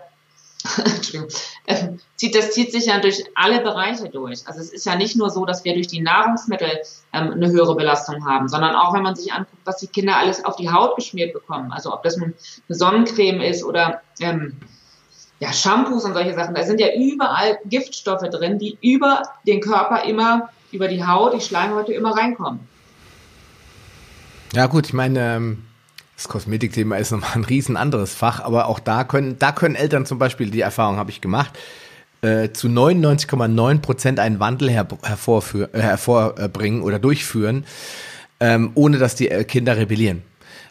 zieht sich ja durch alle Bereiche durch. Also es ist ja nicht nur so, dass wir durch die Nahrungsmittel eine höhere Belastung haben, sondern auch, wenn man sich anguckt, was die Kinder alles auf die Haut geschmiert bekommen. Also ob das nun eine Sonnencreme ist oder ja, Shampoos und solche Sachen, da sind ja überall Giftstoffe drin, die über den Körper immer, über die Haut, die Schleimhäute immer reinkommen. Ja gut, ich meine, das Kosmetikthema ist nochmal ein riesen anderes Fach, aber auch da können Eltern zum Beispiel, die Erfahrung habe ich gemacht, zu 99,9% einen Wandel hervorbringen oder durchführen, ohne dass die Kinder rebellieren.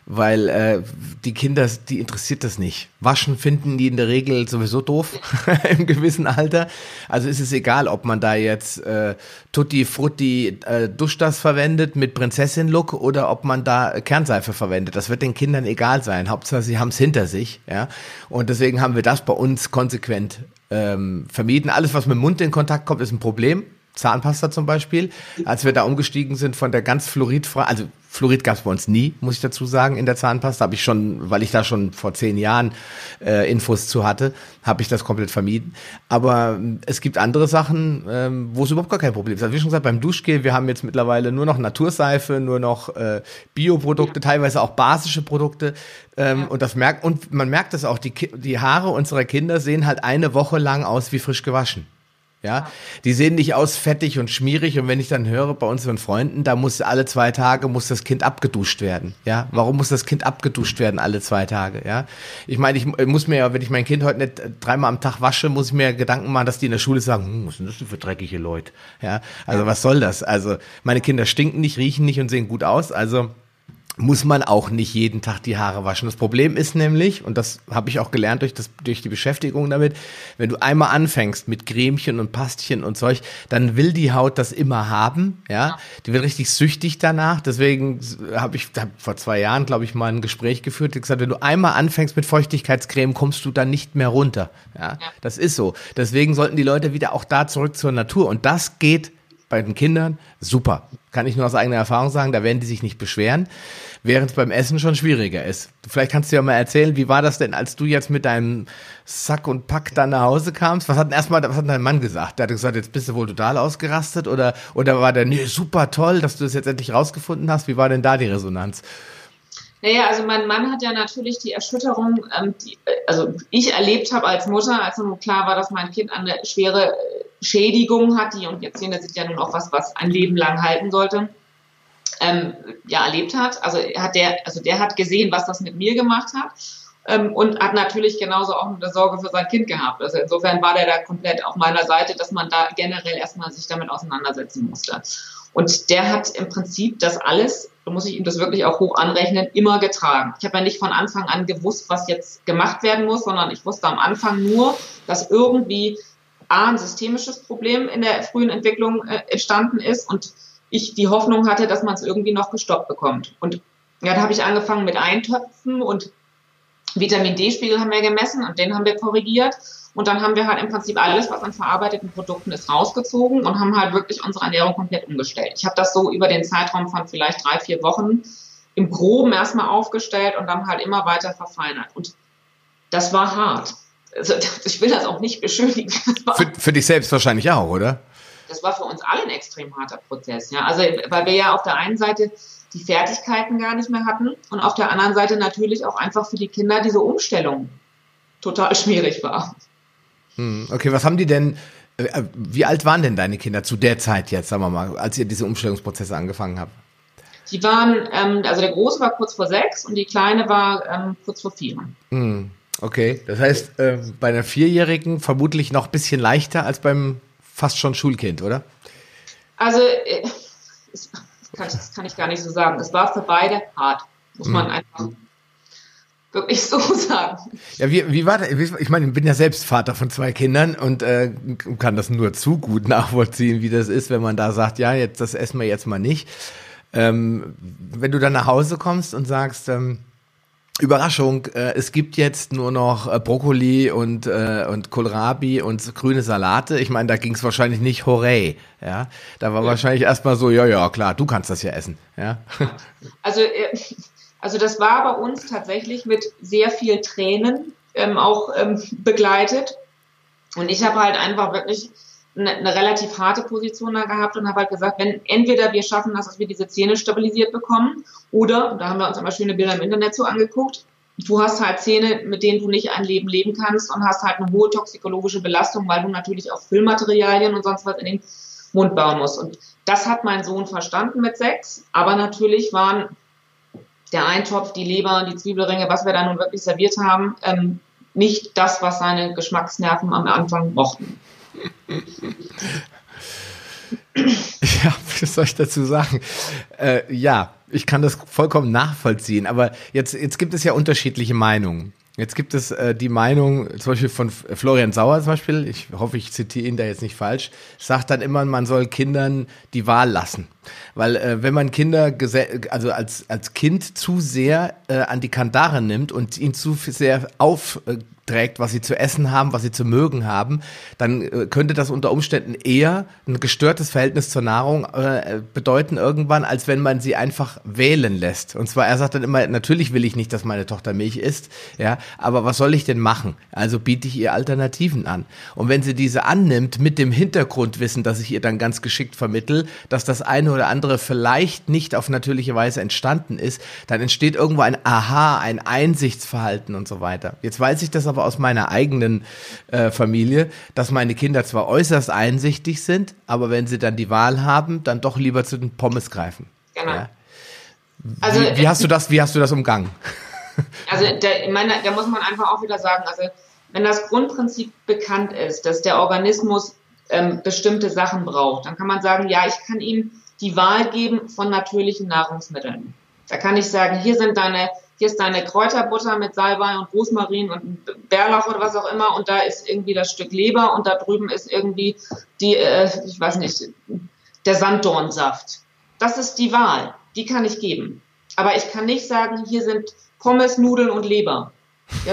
Weil die Kinder, die interessiert das nicht. Waschen finden die in der Regel sowieso doof im gewissen Alter. Also ist es egal, ob man da jetzt Tutti Frutti Duschdas verwendet mit Prinzessin-Look oder ob man da Kernseife verwendet. Das wird den Kindern egal sein. Hauptsache, sie haben es hinter sich. Ja? Und deswegen haben wir das bei uns konsequent vermieden. Alles, was mit dem Mund in Kontakt kommt, ist ein Problem. Zahnpasta zum Beispiel, als wir da umgestiegen sind von der ganz fluoridfreien, also Fluorid gab es bei uns nie, muss ich dazu sagen, in der Zahnpasta, habe ich schon, weil ich da schon vor 10 Jahren Infos zu hatte, habe ich das komplett vermieden. Aber es gibt andere Sachen, wo es überhaupt gar kein Problem ist. Also wie schon gesagt, beim Duschgel, wir haben jetzt mittlerweile nur noch Naturseife, nur noch Bioprodukte, teilweise auch basische Produkte. Und man merkt es auch, die Haare unserer Kinder sehen halt eine Woche lang aus wie frisch gewaschen. Ja, die sehen nicht aus fettig und schmierig, und wenn ich dann höre bei unseren Freunden, da muss alle 2 Tage muss das Kind abgeduscht werden. Ja, warum muss das Kind abgeduscht werden alle 2 Tage? Ja, ich meine, ich muss mir ja, wenn ich mein Kind heute nicht 3-mal am Tag wasche, muss ich mir Gedanken machen, dass die in der Schule sagen, was sind das denn für dreckige Leute? Ja, also was soll das? Also meine Kinder stinken nicht, riechen nicht und sehen gut aus, also muss man auch nicht jeden Tag die Haare waschen. Das Problem ist nämlich, und das habe ich auch gelernt durch die Beschäftigung damit, wenn du einmal anfängst mit Cremchen und Pastchen und Zeug, dann will die Haut das immer haben, ja. Die wird richtig süchtig danach. Deswegen habe ich vor 2 Jahren, glaube ich, mal ein Gespräch geführt, und gesagt, wenn du einmal anfängst mit Feuchtigkeitscreme, kommst du dann nicht mehr runter. Ja, das ist so. Deswegen sollten die Leute wieder auch da zurück zur Natur. Und das geht bei den Kindern super. Kann ich nur aus eigener Erfahrung sagen, da werden die sich nicht beschweren, während es beim Essen schon schwieriger ist. Vielleicht kannst du ja mal erzählen, wie war das denn, als du jetzt mit deinem Sack und Pack dann nach Hause kamst? Was hat dein Mann gesagt? Der hat gesagt, jetzt bist du wohl total ausgerastet, oder war der, nee, super toll, dass du das jetzt endlich rausgefunden hast? Wie war denn da die Resonanz? Naja, also mein Mann hat ja natürlich die Erschütterung, also ich erlebt habe als Mutter, als nun klar war, dass mein Kind eine schwere Schädigung hat, und jetzt sehen, das ist ja nun auch was ein Leben lang halten sollte, erlebt hat. Also der hat gesehen, was das mit mir gemacht hat, und hat natürlich genauso auch eine Sorge für sein Kind gehabt. Also insofern war der da komplett auf meiner Seite, dass man da generell erstmal sich damit auseinandersetzen musste. Und der hat im Prinzip das alles, da muss ich ihm das wirklich auch hoch anrechnen, immer getragen. Ich habe ja nicht von Anfang an gewusst, was jetzt gemacht werden muss, sondern ich wusste am Anfang nur, dass irgendwie ein systemisches Problem in der frühen Entwicklung entstanden ist und ich die Hoffnung hatte, dass man es irgendwie noch gestoppt bekommt. Und ja, da habe ich angefangen mit Eintöpfen, und Vitamin-D-Spiegel haben wir gemessen und den haben wir korrigiert. Und dann haben wir halt im Prinzip alles, was an verarbeiteten Produkten ist, rausgezogen und haben halt wirklich unsere Ernährung komplett umgestellt. Ich habe das so über den Zeitraum von vielleicht 3-4 Wochen im Groben erstmal aufgestellt und dann halt immer weiter verfeinert. Und das war hart. Also ich will das auch nicht beschönigen. Für dich selbst wahrscheinlich auch, oder? Das war für uns alle ein extrem harter Prozess. Ja? Also weil wir ja auf der einen Seite die Fertigkeiten gar nicht mehr hatten und auf der anderen Seite natürlich auch einfach für die Kinder diese Umstellung total schwierig war. Okay, was haben die denn, wie alt waren denn deine Kinder zu der Zeit jetzt, sagen wir mal, als ihr diese Umstellungsprozesse angefangen habt? Die waren, also der Große war kurz vor 6 und die Kleine war kurz vor 4. Okay, das heißt, bei einer 4-Jährigen vermutlich noch ein bisschen leichter als beim fast schon Schulkind, oder? Also, das kann ich gar nicht so sagen. Es war für beide hart, muss man einfach wirklich so sagen. Ja, wie war das? Ich meine, ich bin ja selbst Vater von 2 Kindern und kann das nur zu gut nachvollziehen, wie das ist, wenn man da sagt, ja, jetzt das essen wir jetzt mal nicht. Wenn du dann nach Hause kommst und sagst, Überraschung, es gibt jetzt nur noch Brokkoli und Kohlrabi und grüne Salate. Ich meine, da ging es wahrscheinlich nicht hooray, ja. Da war wahrscheinlich erstmal so, ja, klar, du kannst das ja essen, ja. Also das war bei uns tatsächlich mit sehr viel Tränen begleitet. Und ich habe halt einfach wirklich eine relativ harte Position da gehabt und habe halt gesagt, wenn entweder wir schaffen das, dass wir diese Zähne stabilisiert bekommen, oder, und da haben wir uns immer schöne Bilder im Internet so angeguckt, du hast halt Zähne, mit denen du nicht ein Leben leben kannst und hast halt eine hohe toxikologische Belastung, weil du natürlich auch Füllmaterialien und sonst was in den Mund bauen musst. Und das hat mein Sohn verstanden mit 6, aber natürlich waren der Eintopf, die Leber, die Zwiebelringe, was wir da nun wirklich serviert haben, nicht das, was seine Geschmacksnerven am Anfang mochten. Ja, was soll ich dazu sagen? Ja, ich kann das vollkommen nachvollziehen, aber jetzt gibt es ja unterschiedliche Meinungen. Jetzt gibt es die Meinung, zum Beispiel von Florian Sauer zum Beispiel, ich hoffe, ich zitiere ihn da jetzt nicht falsch, sagt dann immer, man soll Kindern die Wahl lassen. Weil wenn man Kinder, also als Kind zu sehr an die Kandare nimmt und ihn zu sehr aufträgt, was sie zu essen haben, was sie zu mögen haben, dann könnte das unter Umständen eher ein gestörtes Verhältnis zur Nahrung bedeuten irgendwann, als wenn man sie einfach wählen lässt. Und zwar, er sagt dann immer, natürlich will ich nicht, dass meine Tochter Milch isst, ja, aber was soll ich denn machen? Also biete ich ihr Alternativen an. Und wenn sie diese annimmt, mit dem Hintergrundwissen, dass ich ihr dann ganz geschickt vermittel, dass das eine oder andere vielleicht nicht auf natürliche Weise entstanden ist, dann entsteht irgendwo ein Aha, ein Einsichtsverhalten und so weiter. Jetzt weiß ich das aber aus meiner eigenen Familie, dass meine Kinder zwar äußerst einsichtig sind, aber wenn sie dann die Wahl haben, dann doch lieber zu den Pommes greifen. Genau. Ja. Also, wie hast du das umgangen? Also da muss man einfach auch wieder sagen, also wenn das Grundprinzip bekannt ist, dass der Organismus bestimmte Sachen braucht, dann kann man sagen, ja, ich kann ihm die Wahl geben von natürlichen Nahrungsmitteln. Da kann ich sagen, hier ist deine Kräuterbutter mit Salbei und Rosmarin und Bärlauch oder was auch immer und da ist irgendwie das Stück Leber und da drüben ist irgendwie ich weiß nicht, der Sanddornsaft. Das ist die Wahl, die kann ich geben. Aber ich kann nicht sagen, hier sind Pommes, Nudeln und Leber. Ja.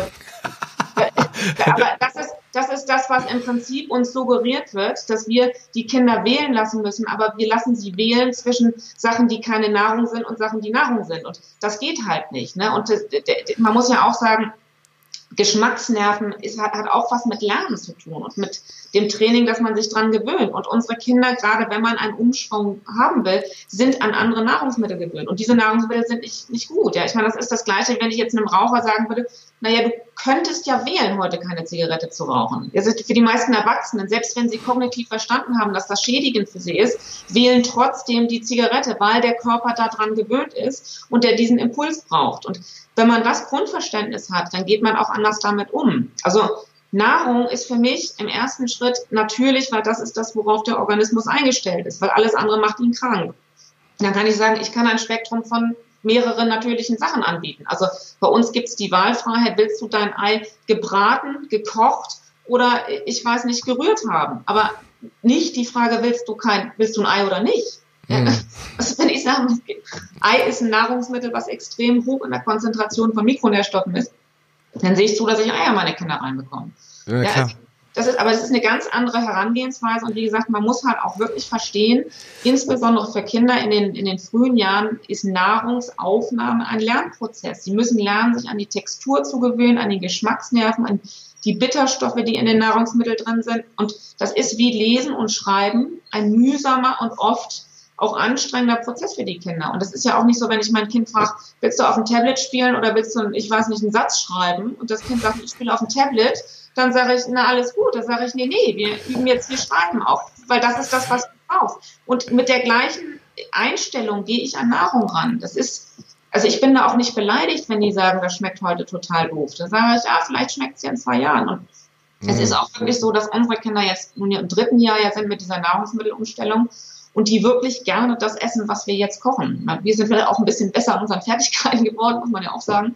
Aber das ist das, was im Prinzip uns suggeriert wird, dass wir die Kinder wählen lassen müssen, aber wir lassen sie wählen zwischen Sachen, die keine Nahrung sind und Sachen, die Nahrung sind. Und das geht halt nicht. Ne? Und man muss ja auch sagen, Geschmacksnerven hat auch was mit Lernen zu tun und mit dem Training, dass man sich dran gewöhnt. Und unsere Kinder, gerade wenn man einen Umschwung haben will, sind an andere Nahrungsmittel gewöhnt. Und diese Nahrungsmittel sind nicht gut. Ja, ich meine, das ist das Gleiche, wenn ich jetzt einem Raucher sagen würde, naja, du könntest ja wählen, heute keine Zigarette zu rauchen. Das ist für die meisten Erwachsenen, selbst wenn sie kognitiv verstanden haben, dass das schädigend für sie ist, wählen trotzdem die Zigarette, weil der Körper daran gewöhnt ist und der diesen Impuls braucht. Und wenn man das Grundverständnis hat, dann geht man auch anders damit um. Also Nahrung ist für mich im ersten Schritt natürlich, weil das ist das, worauf der Organismus eingestellt ist, weil alles andere macht ihn krank. Dann kann ich sagen, ich kann ein Spektrum von mehreren natürlichen Sachen anbieten. Also bei uns gibt es die Wahlfreiheit, willst du dein Ei gebraten, gekocht oder ich weiß nicht, gerührt haben. Aber nicht die Frage, willst du ein Ei oder nicht? Ja, also wenn ich sage, Ei ist ein Nahrungsmittel, was extrem hoch in der Konzentration von Mikronährstoffen ist, dann sehe ich zu, dass ich Eier meine Kinder reinbekomme. Ja, klar. Aber es ist eine ganz andere Herangehensweise und wie gesagt, man muss halt auch wirklich verstehen, insbesondere für Kinder in den frühen Jahren ist Nahrungsaufnahme ein Lernprozess. Sie müssen lernen, sich an die Textur zu gewöhnen, an die Geschmacksnerven, an die Bitterstoffe, die in den Nahrungsmitteln drin sind. Und das ist wie Lesen und Schreiben ein mühsamer und oft auch anstrengender Prozess für die Kinder. Und das ist ja auch nicht so, wenn ich mein Kind frage, willst du auf dem Tablet spielen oder willst du, ich weiß nicht, einen Satz schreiben? Und das Kind sagt, ich spiele auf dem Tablet. Dann sage ich, na alles gut. Dann sage ich, nee, wir üben jetzt hier Schreiben auch, weil das ist das, was du brauchst. Und mit der gleichen Einstellung gehe ich an Nahrung ran. Also ich bin da auch nicht beleidigt, wenn die sagen, das schmeckt heute total doof. Da sage ich, ja, vielleicht schmeckt es ja in 2 Jahren. Und es ist auch wirklich so, dass unsere Kinder jetzt nun im 3. Jahr ja sind mit dieser Nahrungsmittelumstellung und die wirklich gerne das essen, was wir jetzt kochen. Wir sind vielleicht auch ein bisschen besser an unseren Fertigkeiten geworden, muss man ja auch sagen.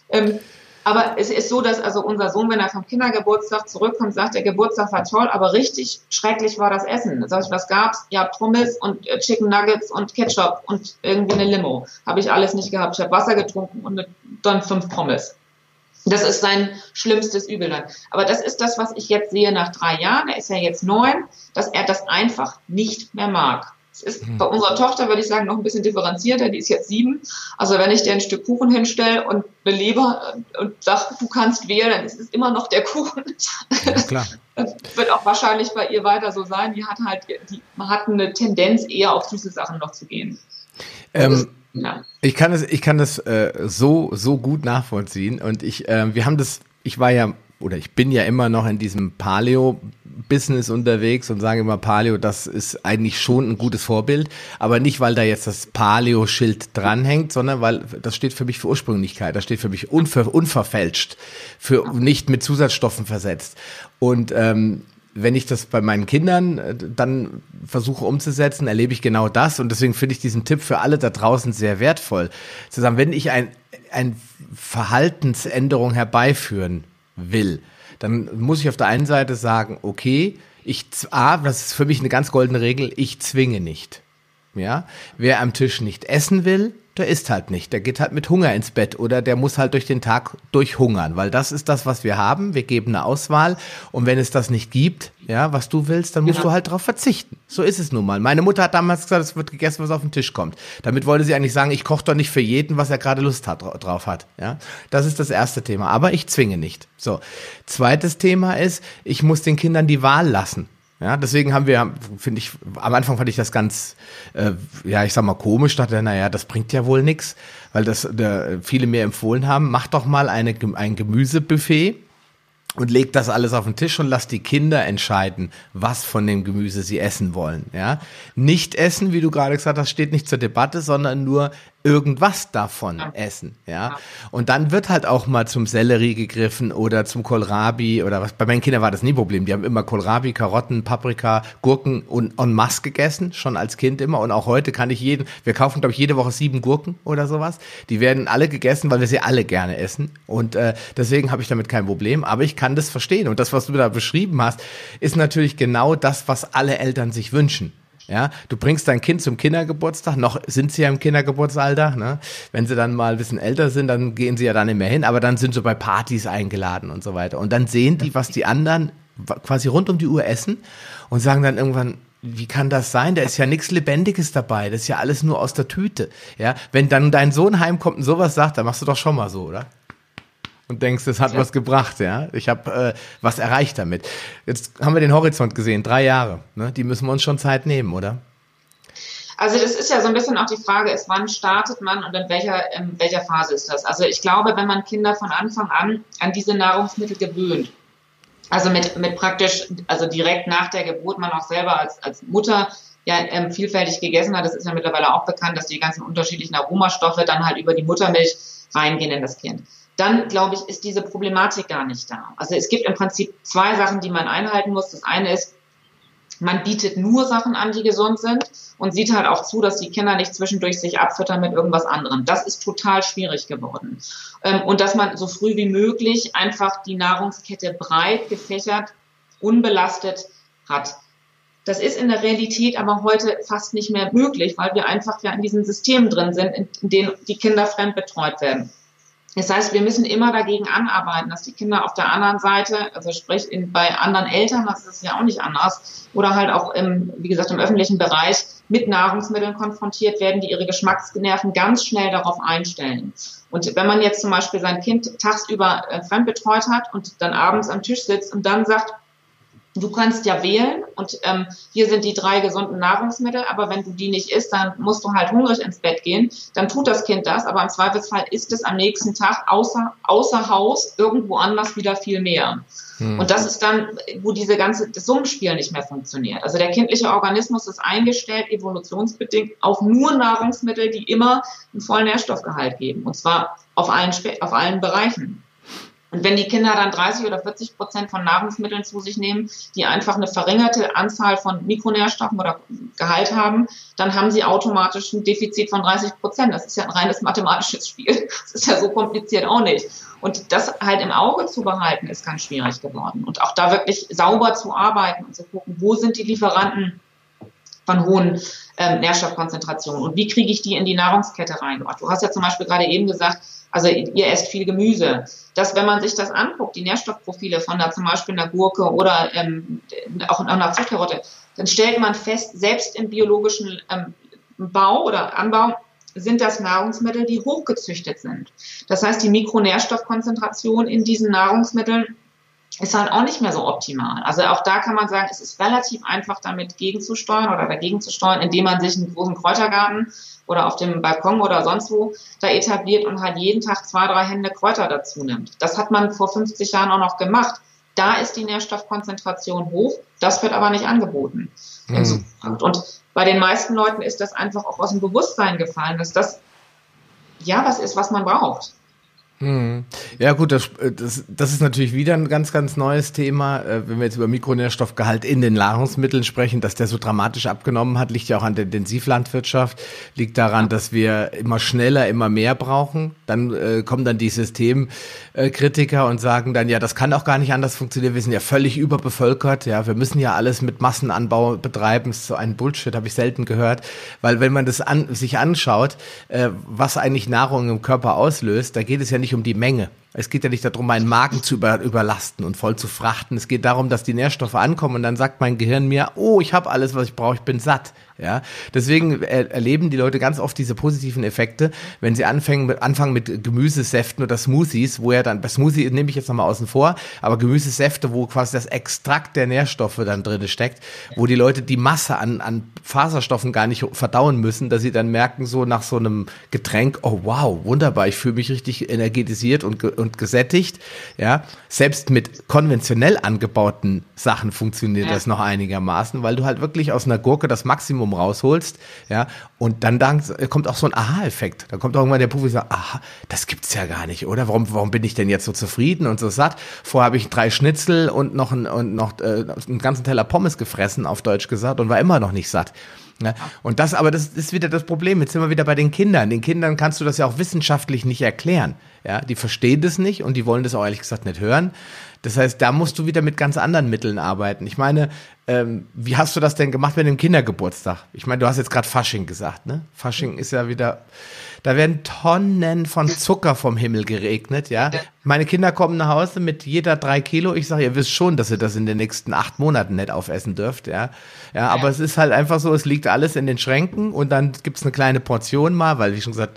Aber es ist so, dass also unser Sohn, wenn er vom Kindergeburtstag zurückkommt, sagt, der Geburtstag war toll, aber richtig schrecklich war das Essen. Da sag ich, was gab's? Ja, Pommes und Chicken Nuggets und Ketchup und irgendwie eine Limo. Habe ich alles nicht gehabt. Ich habe Wasser getrunken und dann 5 Pommes. Das ist sein schlimmstes Übel dann. Aber das ist das, was ich jetzt sehe nach 3 Jahren. Er ist ja jetzt 9, dass er das einfach nicht mehr mag. Es ist bei unserer Tochter, würde ich sagen, noch ein bisschen differenzierter. Die ist jetzt 7. Also wenn ich dir ein Stück Kuchen hinstelle und eine Leber und sage, du kannst wählen, dann ist es immer noch der Kuchen. Ja, klar. Das wird auch wahrscheinlich bei ihr weiter so sein. Man hat eine Tendenz, eher auf süße Sachen noch zu gehen. Ja. Ich kann das so gut nachvollziehen und ich bin ja immer noch in diesem Paleo-Business unterwegs und sage immer, Paleo, das ist eigentlich schon ein gutes Vorbild, aber nicht, weil da jetzt das Paleo-Schild dranhängt, sondern weil das steht für mich für Ursprünglichkeit, das steht für mich unverfälscht, für nicht mit Zusatzstoffen versetzt. Und wenn ich das bei meinen Kindern dann versuche umzusetzen, erlebe ich genau das. Und deswegen finde ich diesen Tipp für alle da draußen sehr wertvoll. Zu sagen, wenn ich ein Verhaltensänderung herbeiführen will, dann muss ich auf der einen Seite sagen, okay, das ist für mich eine ganz goldene Regel, ich zwinge nicht. Ja, wer am Tisch nicht essen will, der isst halt nicht. Der geht halt mit Hunger ins Bett oder der muss halt durch den Tag durchhungern, weil das ist das, was wir haben. Wir geben eine Auswahl und wenn es das nicht gibt, ja, was du willst, dann musst du halt darauf verzichten. So ist es nun mal. Meine Mutter hat damals gesagt, es wird gegessen, was auf den Tisch kommt. Damit wollte sie eigentlich sagen, ich koche doch nicht für jeden, was er gerade Lust drauf hat. Ja, das ist das erste Thema. Aber ich zwinge nicht. So. Zweites Thema ist, ich muss den Kindern die Wahl lassen. Ja, deswegen am Anfang fand ich das ganz, ich sag mal komisch, dachte, naja, das bringt ja wohl nichts, weil viele mir empfohlen haben, mach doch mal ein Gemüsebuffet und legt das alles auf den Tisch und lasst die Kinder entscheiden, was von dem Gemüse sie essen wollen. Ja, nicht essen, wie du gerade gesagt hast, steht nicht zur Debatte, sondern nur irgendwas davon essen. Ja, und dann wird halt auch mal zum Sellerie gegriffen oder zum Kohlrabi oder was. Bei meinen Kindern war das nie ein Problem. Die haben immer Kohlrabi, Karotten, Paprika, Gurken und en masse gegessen, schon als Kind immer. Und auch heute wir kaufen, glaube ich, jede Woche 7 Gurken oder sowas. Die werden alle gegessen, weil wir sie alle gerne essen. Und deswegen habe ich damit kein Problem. Aber ich kann das verstehen. Und das, was du da beschrieben hast, ist natürlich genau das, was alle Eltern sich wünschen. Ja, du bringst dein Kind zum Kindergeburtstag, noch sind sie ja im Kindergeburtsalter, ne? Wenn sie dann mal ein bisschen älter sind, dann gehen sie ja dann nicht mehr hin, aber dann sind sie bei Partys eingeladen und so weiter. Und dann sehen die, was die anderen quasi rund um die Uhr essen und sagen dann irgendwann, wie kann das sein? Da ist ja nichts Lebendiges dabei, das ist ja alles nur aus der Tüte. Ja, wenn dann dein Sohn heimkommt und sowas sagt, dann machst du doch schon mal so, oder? Und denkst, es hat was gebracht, ja. Ich habe was erreicht damit. Jetzt haben wir den Horizont gesehen, 3 Jahre. Ne? Die müssen wir uns schon Zeit nehmen, oder? Also das ist ja so ein bisschen auch die Frage, wann startet man und in welcher Phase ist das? Also ich glaube, wenn man Kinder von Anfang an diese Nahrungsmittel gewöhnt, also mit praktisch, also direkt nach der Geburt man auch selber als Mutter vielfältig gegessen hat, das ist ja mittlerweile auch bekannt, dass die ganzen unterschiedlichen Aromastoffe dann halt über die Muttermilch reingehen in das Kind. Dann, glaube ich, ist diese Problematik gar nicht da. Also es gibt im Prinzip 2 Sachen, die man einhalten muss. Das eine ist, man bietet nur Sachen an, die gesund sind und sieht halt auch zu, dass die Kinder nicht zwischendurch sich abfüttern mit irgendwas anderem. Das ist total schwierig geworden. Und dass man so früh wie möglich einfach die Nahrungskette breit gefächert, unbelastet hat. Das ist in der Realität aber heute fast nicht mehr möglich, weil wir einfach ja in diesem System drin sind, in denen die Kinder fremdbetreut werden. Das heißt, wir müssen immer dagegen anarbeiten, dass die Kinder auf der anderen Seite, also sprich bei anderen Eltern, das ist ja auch nicht anders, oder halt auch wie gesagt, im öffentlichen Bereich mit Nahrungsmitteln konfrontiert werden, die ihre Geschmacksnerven ganz schnell darauf einstellen. Und wenn man jetzt zum Beispiel sein Kind tagsüber fremdbetreut hat und dann abends am Tisch sitzt und dann sagt, du kannst ja wählen und hier sind die 3 gesunden Nahrungsmittel, aber wenn du die nicht isst, dann musst du halt hungrig ins Bett gehen. Dann tut das Kind das, aber im Zweifelsfall isst es am nächsten Tag außer Haus irgendwo anders wieder viel mehr. Und das ist dann, wo das Summenspiel nicht mehr funktioniert. Also der kindliche Organismus ist eingestellt, evolutionsbedingt, auf nur Nahrungsmittel, die immer einen vollen Nährstoffgehalt geben. Und zwar auf allen Bereichen. Und wenn die Kinder dann 30 oder 40% von Nahrungsmitteln zu sich nehmen, die einfach eine verringerte Anzahl von Mikronährstoffen oder Gehalt haben, dann haben sie automatisch ein Defizit von 30%. Das ist ja ein reines mathematisches Spiel. Das ist ja so kompliziert auch nicht. Und das halt im Auge zu behalten, ist ganz schwierig geworden. Und auch da wirklich sauber zu arbeiten und zu gucken, wo sind die Lieferanten von hohen Nährstoffkonzentrationen und wie kriege ich die in die Nahrungskette reingebracht. Du hast ja zum Beispiel gerade eben gesagt, also ihr esst viel Gemüse. Wenn man sich das anguckt, die Nährstoffprofile von zum Beispiel einer Gurke oder auch einer Zuckerrotte, dann stellt man fest, selbst im biologischen Bau oder Anbau sind das Nahrungsmittel, die hochgezüchtet sind. Das heißt, die Mikronährstoffkonzentration in diesen Nahrungsmitteln ist halt auch nicht mehr so optimal. Also auch da kann man sagen, es ist relativ einfach, damit gegenzusteuern oder dagegen zu steuern, indem man sich einen großen Kräutergarten oder auf dem Balkon oder sonst wo da etabliert und halt jeden Tag 2, 3 Hände Kräuter dazu nimmt. Das hat man vor 50 Jahren auch noch gemacht. Da ist die Nährstoffkonzentration hoch, das wird aber nicht angeboten. Und bei den meisten Leuten ist das einfach auch aus dem Bewusstsein gefallen, dass das ja was ist, was man braucht. Ja gut, das ist natürlich wieder ein ganz, ganz neues Thema. Wenn wir jetzt über Mikronährstoffgehalt in den Nahrungsmitteln sprechen, dass der so dramatisch abgenommen hat, liegt ja auch an der Intensivlandwirtschaft, liegt daran, dass wir immer schneller, immer mehr brauchen. Dann kommen dann die Systemkritiker und sagen dann, ja, das kann auch gar nicht anders funktionieren, wir sind ja völlig überbevölkert, ja, wir müssen ja alles mit Massenanbau betreiben. Das ist so ein Bullshit, habe ich selten gehört, weil wenn man das sich anschaut, was eigentlich Nahrung im Körper auslöst, da geht es ja nicht um die Menge. Es geht ja nicht darum, meinen Magen zu überlasten und voll zu frachten. Es geht darum, dass die Nährstoffe ankommen und dann sagt mein Gehirn mir, oh, ich habe alles, was ich brauche, ich bin satt. Ja, deswegen erleben die Leute ganz oft diese positiven Effekte, wenn sie anfangen mit Gemüsesäften oder Smoothies, wo ja dann, bei Smoothie nehme ich jetzt nochmal außen vor, aber Gemüsesäfte, wo quasi das Extrakt der Nährstoffe dann drin steckt, wo die Leute die Masse an Faserstoffen gar nicht verdauen müssen, dass sie dann merken, so nach so einem Getränk, oh wow, wunderbar, ich fühle mich richtig energetisiert und gesättigt. Ja, selbst mit konventionell angebauten Sachen funktioniert das noch einigermaßen, weil du halt wirklich aus einer Gurke das Maximum rausholst, ja, und dann kommt auch so ein Aha-Effekt. Da kommt auch irgendwann der Profi und sagt, aha, das gibt's ja gar nicht, oder? Warum bin ich denn jetzt so zufrieden und so satt? Vorher habe ich 3 Schnitzel und noch einen ganzen Teller Pommes gefressen, auf Deutsch gesagt, und war immer noch nicht satt. Ja, und das ist wieder das Problem. Jetzt sind wir wieder bei den Kindern. Den Kindern kannst du das ja auch wissenschaftlich nicht erklären. Ja, die verstehen das nicht und die wollen das auch ehrlich gesagt nicht hören. Das heißt, da musst du wieder mit ganz anderen Mitteln arbeiten. Ich meine, wie hast du das denn gemacht mit dem Kindergeburtstag? Ich meine, du hast jetzt gerade Fasching gesagt, ne? Fasching ist ja wieder, da werden Tonnen von Zucker vom Himmel geregnet, ja. Meine Kinder kommen nach Hause mit jeder 3 Kilo. Ich sage, ihr wisst schon, dass ihr das in den nächsten 8 Monaten nicht aufessen dürft, ja. Ja, aber es ist halt einfach so, es liegt alles in den Schränken und dann gibt's eine kleine Portion mal, weil, wie schon gesagt,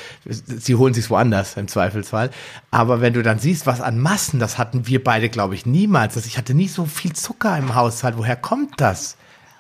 sie holen sich's woanders im Zweifelsfall. Aber wenn du dann siehst, was an Massen, das hatten wir beide, glaube ich, niemals. Ich hatte nie so viel Zucker im Haushalt. Woher kommt das?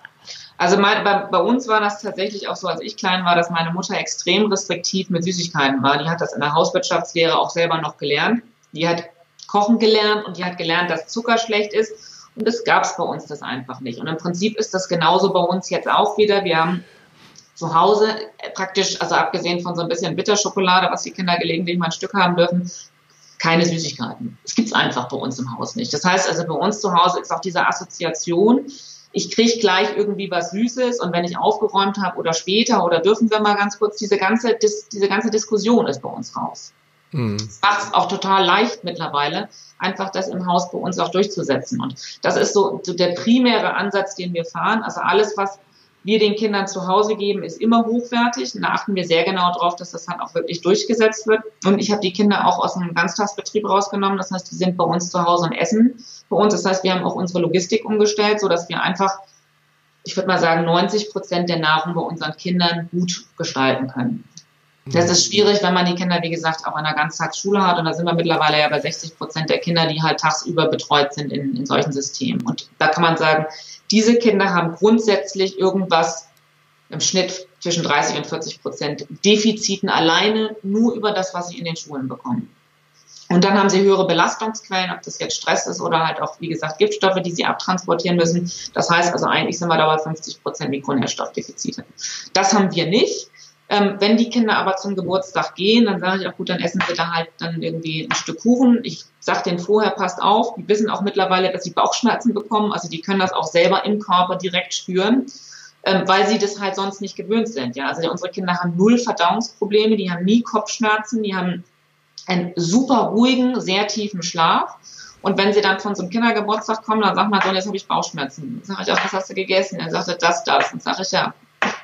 Also bei uns war das tatsächlich auch so, als ich klein war, dass meine Mutter extrem restriktiv mit Süßigkeiten war. Die hat das in der Hauswirtschaftslehre auch selber noch gelernt. Die hat kochen gelernt und die hat gelernt, dass Zucker schlecht ist. Und das gab es bei uns das einfach nicht. Und im Prinzip ist das genauso bei uns jetzt auch wieder. Wir haben zu Hause praktisch, also abgesehen von so ein bisschen Bitterschokolade, was die Kinder gelegentlich mal ein Stück haben dürfen, keine Süßigkeiten. Das gibt's einfach bei uns im Haus nicht. Das heißt also, bei uns zu Hause ist auch diese Assoziation, ich kriege gleich irgendwie was Süßes und wenn ich aufgeräumt habe oder später oder dürfen wir mal ganz kurz, diese ganze Diskussion ist bei uns raus. Das macht es auch total leicht mittlerweile, einfach das im Haus bei uns auch durchzusetzen. Und das ist so der primäre Ansatz, den wir fahren. Also alles, was wir den Kindern zu Hause geben, ist immer hochwertig. Und da achten wir sehr genau drauf, dass das halt auch wirklich durchgesetzt wird. Und ich habe die Kinder auch aus einem Ganztagsbetrieb rausgenommen. Das heißt, die sind bei uns zu Hause und essen bei uns. Das heißt, wir haben auch unsere Logistik umgestellt, sodass wir einfach, ich würde mal sagen, 90% der Nahrung bei unseren Kindern gut gestalten können. Das ist schwierig, wenn man die Kinder, wie gesagt, auch in einer Ganztagsschule hat. Und da sind wir mittlerweile ja bei 60% der Kinder, die halt tagsüber betreut sind in solchen Systemen. Und da kann man sagen, diese Kinder haben grundsätzlich irgendwas im Schnitt zwischen 30 und 40% Defiziten alleine nur über das, was sie in den Schulen bekommen. Und dann haben sie höhere Belastungsquellen, ob das jetzt Stress ist oder halt auch, wie gesagt, Giftstoffe, die sie abtransportieren müssen. Das heißt also, eigentlich sind wir da bei 50% Mikronährstoffdefizite. Das haben wir nicht. Wenn die Kinder aber zum Geburtstag gehen, dann sage ich auch, gut, dann essen sie da halt dann irgendwie ein Stück Kuchen. Ich sage denen vorher, passt auf, die wissen auch mittlerweile, dass sie Bauchschmerzen bekommen. Also die können das auch selber im Körper direkt spüren, weil sie das halt sonst nicht gewöhnt sind. Ja, also unsere Kinder haben 0 Verdauungsprobleme, die haben nie Kopfschmerzen, die haben einen super ruhigen, sehr tiefen Schlaf. Und wenn sie dann von so einem Kindergeburtstag kommen, dann sagt man so, jetzt habe ich Bauchschmerzen. Dann sage ich auch, was hast du gegessen? Er sagte, das. Dann sage ich, ja.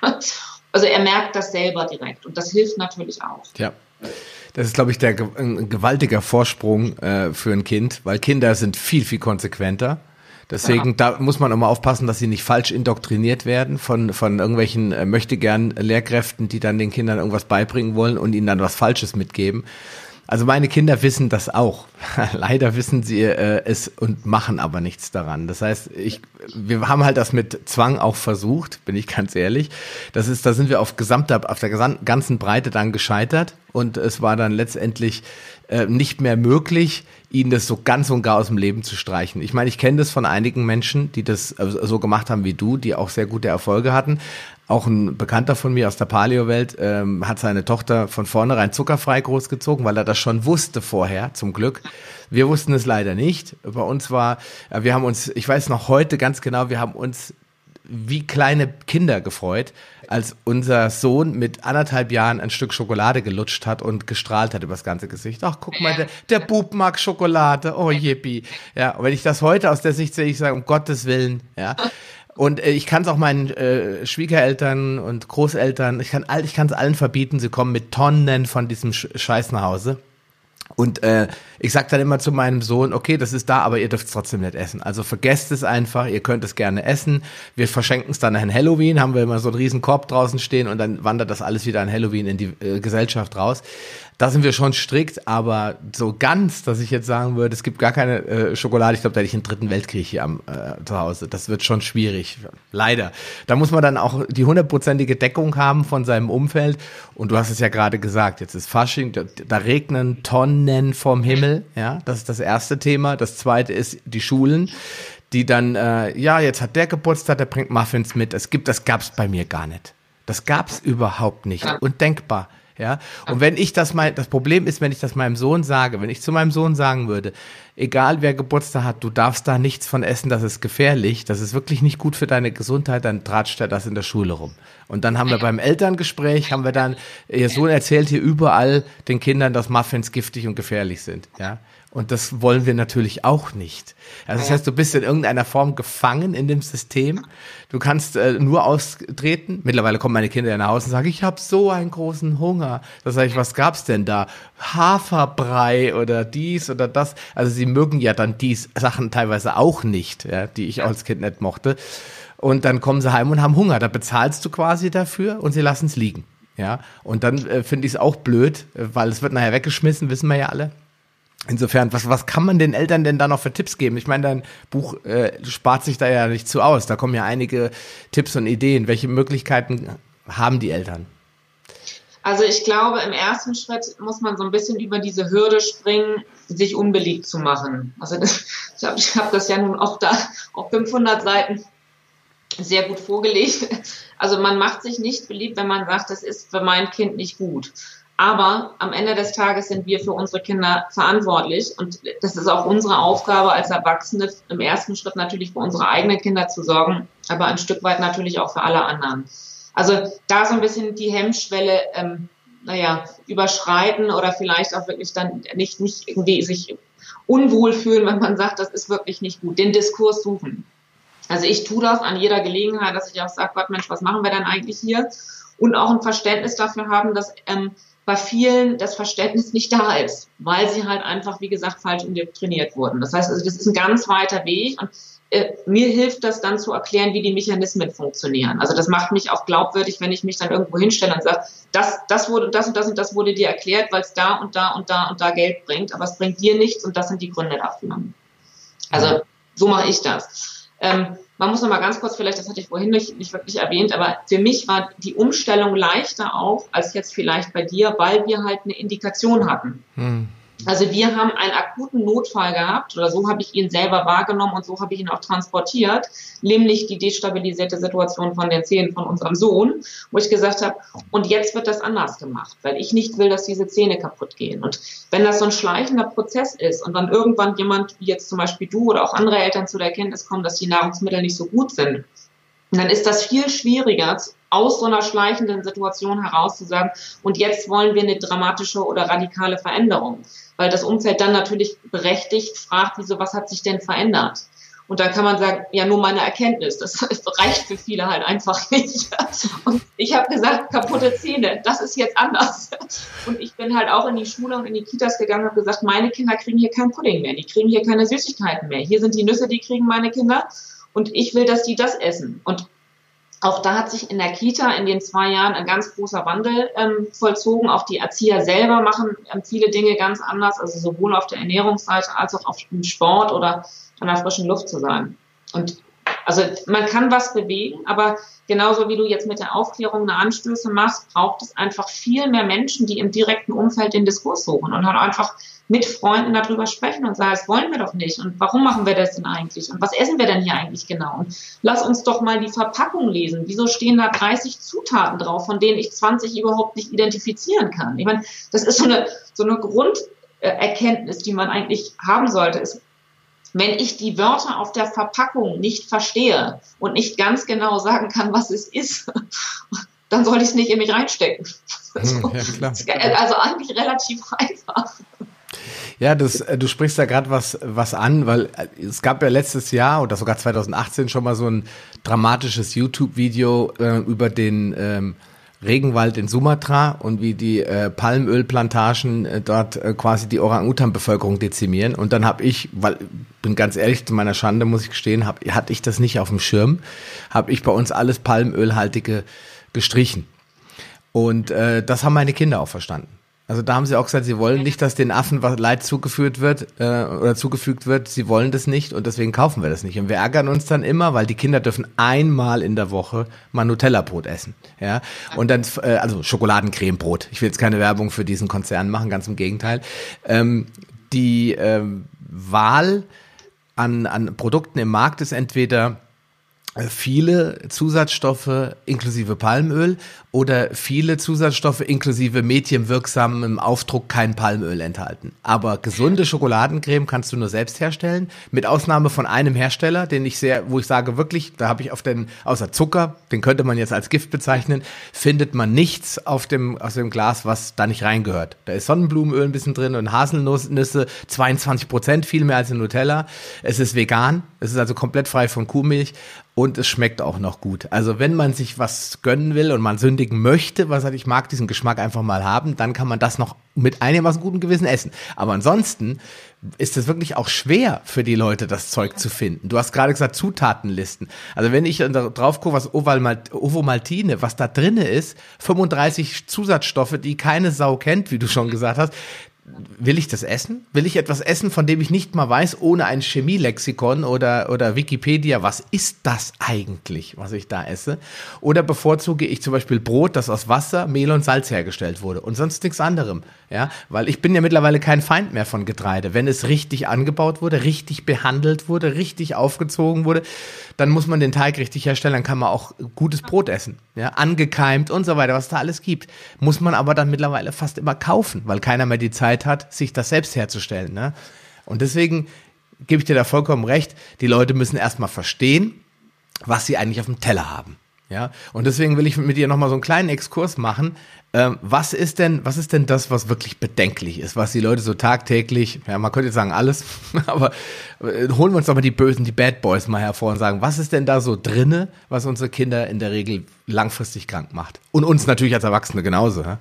Also er merkt das selber direkt und das hilft natürlich auch. Ja, das ist, glaube ich, ein gewaltiger Vorsprung für ein Kind, weil Kinder sind viel, viel konsequenter. Deswegen, da muss man immer aufpassen, dass sie nicht falsch indoktriniert werden von irgendwelchen möchtegern Lehrkräften, die dann den Kindern irgendwas beibringen wollen und ihnen dann was Falsches mitgeben. Also meine Kinder wissen das auch. Leider wissen sie es und machen aber nichts daran. Das heißt, wir haben halt das mit Zwang auch versucht, bin ich ganz ehrlich. Da sind wir auf der ganzen Breite dann gescheitert und es war dann letztendlich nicht mehr möglich, ihnen das so ganz und gar aus dem Leben zu streichen. Ich meine, ich kenne das von einigen Menschen, die das so gemacht haben wie du, die auch sehr gute Erfolge hatten. Auch ein Bekannter von mir aus der Paleo-Welt hat seine Tochter von vornherein zuckerfrei großgezogen, weil er das schon wusste vorher, zum Glück. Wir wussten es leider nicht. Bei uns wir haben uns, ich weiß noch heute ganz genau, wir haben uns wie kleine Kinder gefreut, als unser Sohn mit 1,5 Jahren ein Stück Schokolade gelutscht hat und gestrahlt hat übers ganze Gesicht. Ach, guck mal, der Bub mag Schokolade. Oh, yippie. Ja, und wenn ich das heute aus der Sicht sehe, ich sage, um Gottes Willen, ja. Und ich kann es auch meinen Schwiegereltern und Großeltern, ich kann es allen verbieten, sie kommen mit Tonnen von diesem Scheiß nach Hause. Und ich sage dann immer zu meinem Sohn, okay, das ist da, aber ihr dürft es trotzdem nicht essen. Also vergesst es einfach, ihr könnt es gerne essen. Wir verschenken es dann an Halloween, haben wir immer so einen riesen Korb draußen stehen und dann wandert das alles wieder an Halloween in die Gesellschaft raus. Da sind wir schon strikt, aber so ganz, dass ich jetzt sagen würde, es gibt gar keine Schokolade, ich glaube, da hätte ich einen 3. Weltkrieg hier zu Hause. Das wird schon schwierig, leider. Da muss man dann auch die 100%ige Deckung haben von seinem Umfeld. Und du hast es ja gerade gesagt, jetzt ist Fasching, da regnen Tonnen vom Himmel. Ja, das ist das erste Thema. Das zweite ist die Schulen, die dann, jetzt hat der Geburtstag, der bringt Muffins mit. Das gab's bei mir gar nicht. Das gab's überhaupt nicht. Undenkbar. Ja, und das Problem ist, wenn ich das meinem Sohn sage, wenn ich zu meinem Sohn sagen würde, egal wer Geburtstag hat, du darfst da nichts von essen, das ist gefährlich, das ist wirklich nicht gut für deine Gesundheit, dann tratscht er das in der Schule rum. Und dann haben wir beim Elterngespräch, ihr Sohn erzählt hier überall den Kindern, dass Muffins giftig und gefährlich sind, ja. Und das wollen wir natürlich auch nicht. Also das heißt, du bist in irgendeiner Form gefangen in dem System. Du kannst nur austreten. Mittlerweile kommen meine Kinder nach Hause und sagen, ich habe so einen großen Hunger. Da sage ich, was gab's denn da? Haferbrei oder dies oder das. Also sie mögen ja dann die Sachen teilweise auch nicht, ja, die ich als Kind nicht mochte. Und dann kommen sie heim und haben Hunger. Da bezahlst du quasi dafür und sie lassen es liegen. Ja. Und dann finde ich es auch blöd, weil es wird nachher weggeschmissen, wissen wir ja alle. Insofern, was kann man den Eltern denn da noch für Tipps geben? Ich meine, dein Buch spart sich da ja nicht zu aus. Da kommen ja einige Tipps und Ideen. Welche Möglichkeiten haben die Eltern? Also ich glaube, im ersten Schritt muss man so ein bisschen über diese Hürde springen, sich unbeliebt zu machen. Also ich hab das ja nun auch da auf 500 Seiten sehr gut vorgelegt. Also man macht sich nicht beliebt, wenn man sagt, das ist für mein Kind nicht gut. Aber am Ende des Tages sind wir für unsere Kinder verantwortlich und das ist auch unsere Aufgabe als Erwachsene, im ersten Schritt natürlich für unsere eigenen Kinder zu sorgen, aber ein Stück weit natürlich auch für alle anderen. Also da so ein bisschen die Hemmschwelle, überschreiten oder vielleicht auch wirklich dann nicht irgendwie sich unwohl fühlen, wenn man sagt, das ist wirklich nicht gut. Den Diskurs suchen. Also ich tue das an jeder Gelegenheit, dass ich auch sage, Gott Mensch, was machen wir denn eigentlich hier? Und auch ein Verständnis dafür haben, dass bei vielen das Verständnis nicht da ist, weil sie halt einfach, wie gesagt, falsch indoktriniert wurden. Das heißt, also das ist ein ganz weiter Weg und mir hilft das dann zu erklären, wie die Mechanismen funktionieren. Also das macht mich auch glaubwürdig, wenn ich mich dann irgendwo hinstelle und sage, das wurde dir erklärt, weil es da und da und da und da Geld bringt, aber es bringt dir nichts und das sind die Gründe dafür. Also so mache ich das. Man muss noch mal ganz kurz, vielleicht, das hatte ich vorhin nicht wirklich erwähnt, aber für mich war die Umstellung leichter auch als jetzt vielleicht bei dir, weil wir halt eine Indikation hatten. Also wir haben einen akuten Notfall gehabt, oder so habe ich ihn selber wahrgenommen und so habe ich ihn auch transportiert, nämlich die destabilisierte Situation von den Zähnen von unserem Sohn, wo ich gesagt habe, und jetzt wird das anders gemacht, weil ich nicht will, dass diese Zähne kaputt gehen. Und wenn das so ein schleichender Prozess ist und dann irgendwann jemand, wie jetzt zum Beispiel du oder auch andere Eltern zu der Erkenntnis kommen, dass die Nahrungsmittel nicht so gut sind, dann ist das viel schwieriger, aus so einer schleichenden Situation heraus zu sagen, und jetzt wollen wir eine dramatische oder radikale Veränderung. Weil das Umfeld dann natürlich berechtigt fragt, wieso, was hat sich denn verändert? Und dann kann man sagen, ja, nur meine Erkenntnis, das reicht für viele halt einfach nicht. Und ich habe gesagt, kaputte Zähne, das ist jetzt anders. Und ich bin halt auch in die Schule und in die Kitas gegangen und habe gesagt, meine Kinder kriegen hier kein Pudding mehr, die kriegen hier keine Süßigkeiten mehr. Hier sind die Nüsse, die kriegen meine Kinder und ich will, dass die das essen. Und Auch da hat sich in der Kita in den 2 Jahren ein ganz großer Wandel vollzogen. Auch die Erzieher selber machen viele Dinge ganz anders, also sowohl auf der Ernährungsseite als auch auf dem Sport oder an der frischen Luft zu sein. Und also man kann was bewegen, aber genauso wie du jetzt mit der Aufklärung eine Anstöße machst, braucht es einfach viel mehr Menschen, die im direkten Umfeld den Diskurs suchen und halt einfach mit Freunden darüber sprechen und sagen, das wollen wir doch nicht und warum machen wir das denn eigentlich und was essen wir denn hier eigentlich genau und lass uns doch mal die Verpackung lesen. Wieso stehen da 30 Zutaten drauf, von denen ich 20 überhaupt nicht identifizieren kann? Ich meine, das ist so eine Grunderkenntnis, die man eigentlich haben sollte, ist, wenn ich die Wörter auf der Verpackung nicht verstehe und nicht ganz genau sagen kann, was es ist, dann sollte ich es nicht in mich reinstecken. Ja, klar. Also eigentlich relativ einfach. Ja, du sprichst da gerade was an, weil es gab ja letztes Jahr oder sogar 2018 schon mal so ein dramatisches YouTube-Video über den Regenwald in Sumatra und wie die Palmölplantagen dort quasi die Orang-Utan-Bevölkerung dezimieren. Und dann habe ich, weil bin ganz ehrlich, zu meiner Schande muss ich gestehen, hatte ich das nicht auf dem Schirm, habe ich bei uns alles Palmölhaltige gestrichen. Und das haben meine Kinder auch verstanden. Also da haben sie auch gesagt, sie wollen nicht, dass den Affen was Leid zugefügt wird. Sie wollen das nicht und deswegen kaufen wir das nicht. Und wir ärgern uns dann immer, weil die Kinder dürfen einmal in der Woche mal Nutella-Brot essen. Ja, und dann, also Schokoladencremebrot. Ich will jetzt keine Werbung für diesen Konzern machen, ganz im Gegenteil. Die Wahl an Produkten im Markt ist entweder viele Zusatzstoffe inklusive Palmöl oder viele Zusatzstoffe inklusive medienwirksamem Aufdruck kein Palmöl enthalten. Aber gesunde Schokoladencreme kannst du nur selbst herstellen, mit Ausnahme von einem Hersteller, wo ich sage wirklich, da habe ich außer Zucker, den könnte man jetzt als Gift bezeichnen, findet man nichts aus dem Glas, was da nicht reingehört. Da ist Sonnenblumenöl ein bisschen drin und Haselnüsse, 22%, viel mehr als in Nutella. Es ist vegan, es ist also komplett frei von Kuhmilch. Und es schmeckt auch noch gut. Also wenn man sich was gönnen will und man sündigen möchte, ich mag diesen Geschmack einfach mal haben, dann kann man das noch mit einigermaßen gutem Gewissen essen. Aber ansonsten ist es wirklich auch schwer für die Leute, das Zeug zu finden. Du hast gerade gesagt, Zutatenlisten. Also wenn ich drauf gucke, was Ovomaltine, was da drinne ist, 35 Zusatzstoffe, die keine Sau kennt, wie du schon gesagt hast. Will ich das essen? Will ich etwas essen, von dem ich nicht mal weiß, ohne ein Chemielexikon oder Wikipedia, was ist das eigentlich, was ich da esse? Oder bevorzuge ich zum Beispiel Brot, das aus Wasser, Mehl und Salz hergestellt wurde und sonst nichts anderem? Ja, weil ich bin ja mittlerweile kein Feind mehr von Getreide. Wenn es richtig angebaut wurde, richtig behandelt wurde, richtig aufgezogen wurde, dann muss man den Teig richtig herstellen, dann kann man auch gutes Brot essen. Ja, angekeimt und so weiter, was da alles gibt. Muss man aber dann mittlerweile fast immer kaufen, weil keiner mehr die Zeit hat, sich das selbst herzustellen. Ne? Und deswegen gebe ich dir da vollkommen recht, die Leute müssen erstmal verstehen, was sie eigentlich auf dem Teller haben. Ja, und deswegen will ich mit dir nochmal so einen kleinen Exkurs machen. Was ist denn das, was wirklich bedenklich ist, was die Leute so tagtäglich, ja, man könnte jetzt sagen alles, aber holen wir uns doch mal die Bösen, die Bad Boys mal hervor und sagen, was ist denn da so drinne, was unsere Kinder in der Regel langfristig krank macht? Und uns natürlich als Erwachsene genauso. Ja?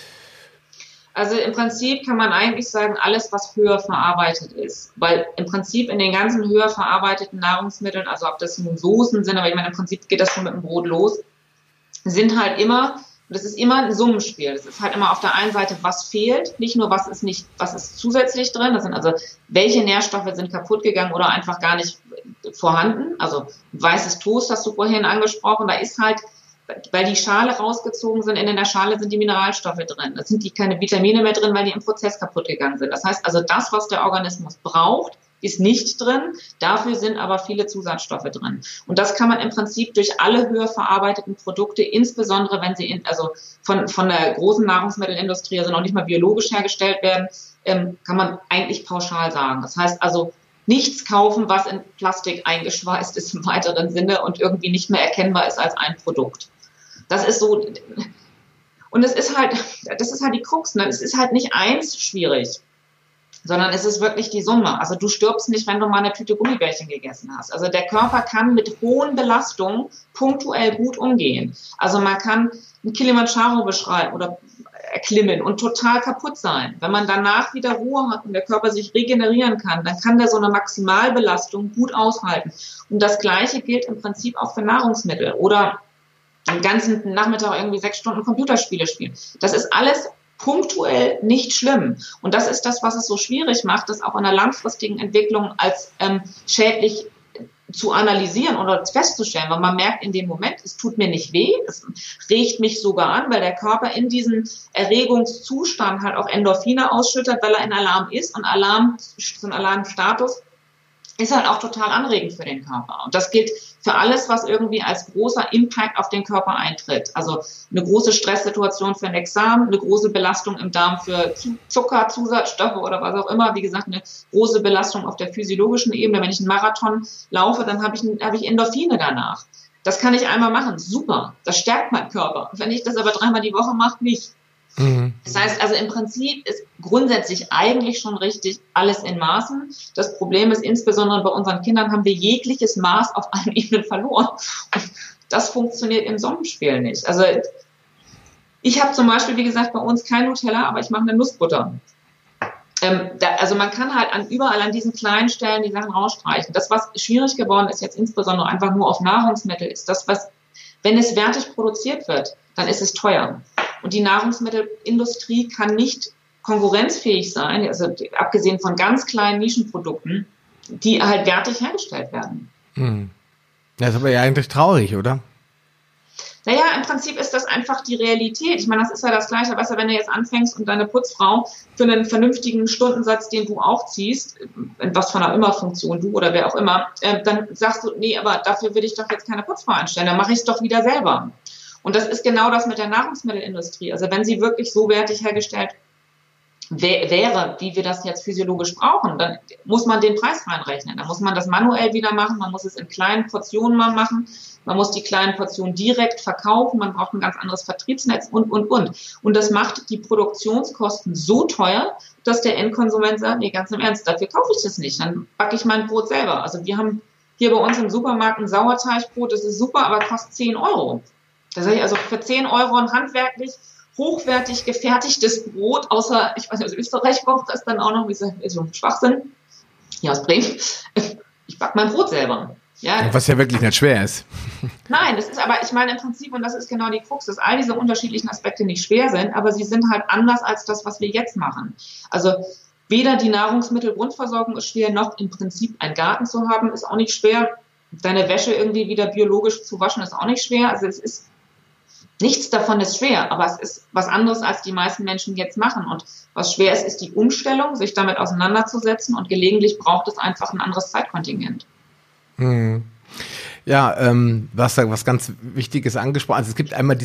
Also im Prinzip kann man eigentlich sagen, alles, was höher verarbeitet ist. Weil im Prinzip in den ganzen höher verarbeiteten Nahrungsmitteln, also ob das nun Soßen sind, aber ich meine, im Prinzip geht das schon mit dem Brot los, sind halt immer, das ist immer ein Summenspiel. Das ist halt immer auf der einen Seite, was fehlt, nicht nur was ist zusätzlich drin, das sind also, welche Nährstoffe sind kaputt gegangen oder einfach gar nicht vorhanden. Also weißes Toast hast du vorhin angesprochen, da ist halt, weil die Schale rausgezogen sind, in der Schale sind die Mineralstoffe drin. Da sind keine Vitamine mehr drin, weil die im Prozess kaputt gegangen sind. Das heißt also, das, was der Organismus braucht, ist nicht drin. Dafür sind aber viele Zusatzstoffe drin. Und das kann man im Prinzip durch alle höher verarbeiteten Produkte, insbesondere wenn sie von der großen Nahrungsmittelindustrie, also noch nicht mal biologisch hergestellt werden, kann man eigentlich pauschal sagen. Das heißt also, nichts kaufen, was in Plastik eingeschweißt ist im weiteren Sinne und irgendwie nicht mehr erkennbar ist als ein Produkt. Das ist so, und das ist halt die Krux, ne? Es ist halt nicht eins schwierig, sondern es ist wirklich die Summe. Also du stirbst nicht, wenn du mal eine Tüte Gummibärchen gegessen hast. Also der Körper kann mit hohen Belastungen punktuell gut umgehen. Also man kann einen Kilimanjaro beschreiben oder erklimmen und total kaputt sein. Wenn man danach wieder Ruhe hat und der Körper sich regenerieren kann, dann kann der so eine Maximalbelastung gut aushalten. Und das Gleiche gilt im Prinzip auch für Nahrungsmittel oder den ganzen Nachmittag irgendwie 6 Stunden Computerspiele spielen. Das ist alles punktuell nicht schlimm. Und das ist das, was es so schwierig macht, das auch in der langfristigen Entwicklung als schädlich zu analysieren oder festzustellen, weil man merkt in dem Moment, es tut mir nicht weh, es regt mich sogar an, weil der Körper in diesem Erregungszustand halt auch Endorphine ausschüttet, weil er in Alarm ist, und so ein Alarmstatus ist halt auch total anregend für den Körper. Und das gilt für alles, was irgendwie als großer Impact auf den Körper eintritt. Also eine große Stresssituation für ein Examen, eine große Belastung im Darm für Zucker, Zusatzstoffe oder was auch immer. Wie gesagt, eine große Belastung auf der physiologischen Ebene. Wenn ich einen Marathon laufe, dann habe ich Endorphine danach. Das kann ich einmal machen. Super. Das stärkt meinen Körper. Wenn ich das aber 3-mal die Woche mache, nicht. Das heißt also, im Prinzip ist grundsätzlich eigentlich schon richtig alles in Maßen. Das Problem ist, insbesondere bei unseren Kindern haben wir jegliches Maß auf allen Ebenen verloren. Und das funktioniert im Sonnenspiel nicht. Also ich habe zum Beispiel, wie gesagt, bei uns kein Nutella, aber ich mache eine Nussbutter. Also man kann halt überall an diesen kleinen Stellen die Sachen rausstreichen. Das, was schwierig geworden ist, jetzt insbesondere einfach nur auf Nahrungsmittel, ist das, was, wenn es wertig produziert wird, dann ist es teuer. Und die Nahrungsmittelindustrie kann nicht konkurrenzfähig sein, also abgesehen von ganz kleinen Nischenprodukten, die halt wertig hergestellt werden. Das ist aber ja eigentlich traurig, oder? Naja, im Prinzip ist das einfach die Realität. Ich meine, das ist ja das Gleiche, weißt du, wenn du jetzt anfängst und deine Putzfrau für einen vernünftigen Stundensatz, den du auch ziehst, in was von einer Immer-Funktion, du oder wer auch immer, dann sagst du, nee, aber dafür will ich doch jetzt keine Putzfrau einstellen, dann mache ich es doch wieder selber. Und das ist genau das mit der Nahrungsmittelindustrie. Also wenn sie wirklich so wertig hergestellt wäre, wie wir das jetzt physiologisch brauchen, dann muss man den Preis reinrechnen. Dann muss man das manuell wieder machen, man muss es in kleinen Portionen mal machen, man muss die kleinen Portionen direkt verkaufen, man braucht ein ganz anderes Vertriebsnetz und. Und das macht die Produktionskosten so teuer, dass der Endkonsument sagt, nee, ganz im Ernst, dafür kaufe ich das nicht, dann backe ich mein Brot selber. Also wir haben hier bei uns im Supermarkt ein Sauerteigbrot, das ist super, aber kostet 10 Euro. Da sage ich also für 10 Euro ein handwerklich, hochwertig gefertigtes Brot, außer, ich weiß nicht, aus Österreich kommt das dann auch noch, wie so ein Schwachsinn. Hier aus Bremen. Ich backe mein Brot selber. Ja. Was ja wirklich nicht schwer ist. Nein, das ist aber, ich meine im Prinzip, und das ist genau die Krux, dass all diese unterschiedlichen Aspekte nicht schwer sind, aber sie sind halt anders als das, was wir jetzt machen. Also weder die Nahrungsmittelgrundversorgung ist schwer, noch im Prinzip einen Garten zu haben, ist auch nicht schwer. Deine Wäsche irgendwie wieder biologisch zu waschen, ist auch nicht schwer. Also es ist nichts davon ist schwer, aber es ist was anderes, als die meisten Menschen jetzt machen. Und was schwer ist, ist die Umstellung, sich damit auseinanderzusetzen, und gelegentlich braucht es einfach ein anderes Zeitkontingent. Ja, was ganz Wichtiges angesprochen. Also es gibt einmal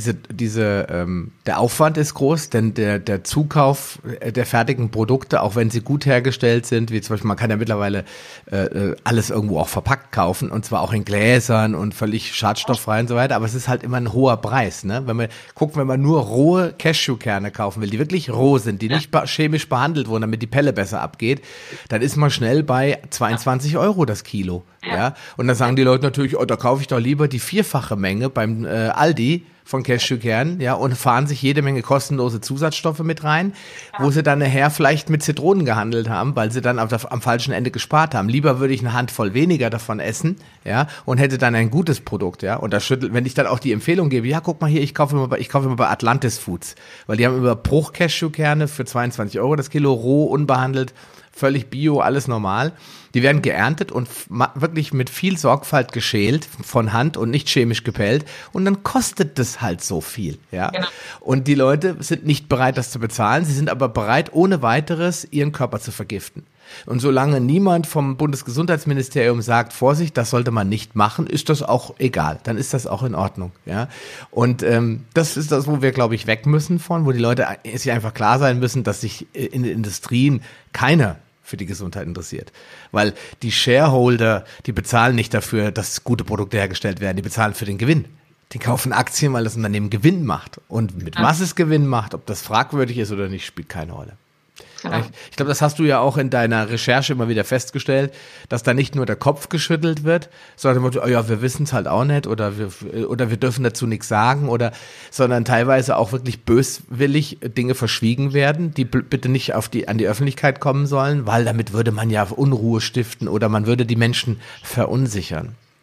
der Aufwand ist groß, denn der Zukauf der fertigen Produkte, auch wenn sie gut hergestellt sind, wie zum Beispiel, man kann ja mittlerweile alles irgendwo auch verpackt kaufen, und zwar auch in Gläsern und völlig schadstofffrei und so weiter, aber es ist halt immer ein hoher Preis, ne? Wenn man nur rohe Cashewkerne kaufen will, die wirklich roh sind, die nicht chemisch behandelt wurden, damit die Pelle besser abgeht, dann ist man schnell bei 22 Euro das Kilo, ja? Und dann sagen die Leute natürlich, da kaufe ich doch lieber die 4-fache Menge beim Aldi von Cashewkernen, ja, und fahren sich jede Menge kostenlose Zusatzstoffe mit rein, wo sie dann nachher vielleicht mit Zitronen gehandelt haben, weil sie dann am falschen Ende gespart haben. Lieber würde ich eine Handvoll weniger davon essen, ja, und hätte dann ein gutes Produkt, ja. Und wenn ich dann auch die Empfehlung gebe, ja, guck mal hier, ich kaufe immer bei Atlantis Foods, weil die haben über Bruch Cashewkerne für 22 Euro das Kilo, roh, unbehandelt, völlig bio, alles normal. Die werden geerntet und wirklich mit viel Sorgfalt geschält von Hand und nicht chemisch gepellt, und dann kostet das halt so viel, ja. Genau. Und die Leute sind nicht bereit, das zu bezahlen, sie sind aber bereit, ohne weiteres ihren Körper zu vergiften. Und solange niemand vom Bundesgesundheitsministerium sagt, Vorsicht, das sollte man nicht machen, ist das auch egal, dann ist das auch in Ordnung, ja. Und das ist das, wo wir, glaube ich, weg müssen wo die Leute sich einfach klar sein müssen, dass sich in den Industrien keiner für die Gesundheit interessiert. Weil die Shareholder, die bezahlen nicht dafür, dass gute Produkte hergestellt werden, die bezahlen für den Gewinn. Die kaufen Aktien, weil das Unternehmen Gewinn macht. Und mit was es Gewinn macht, ob das fragwürdig ist oder nicht, spielt keine Rolle. Genau. Ich glaube, das hast du ja auch in deiner Recherche immer wieder festgestellt, dass da nicht nur der Kopf geschüttelt wird, sondern oh ja, wir wissen es halt auch nicht, oder wir dürfen dazu nichts sagen, sondern teilweise auch wirklich böswillig Dinge verschwiegen werden, die bitte nicht an die Öffentlichkeit kommen sollen, weil damit würde man ja Unruhe stiften oder man würde die Menschen verunsichern.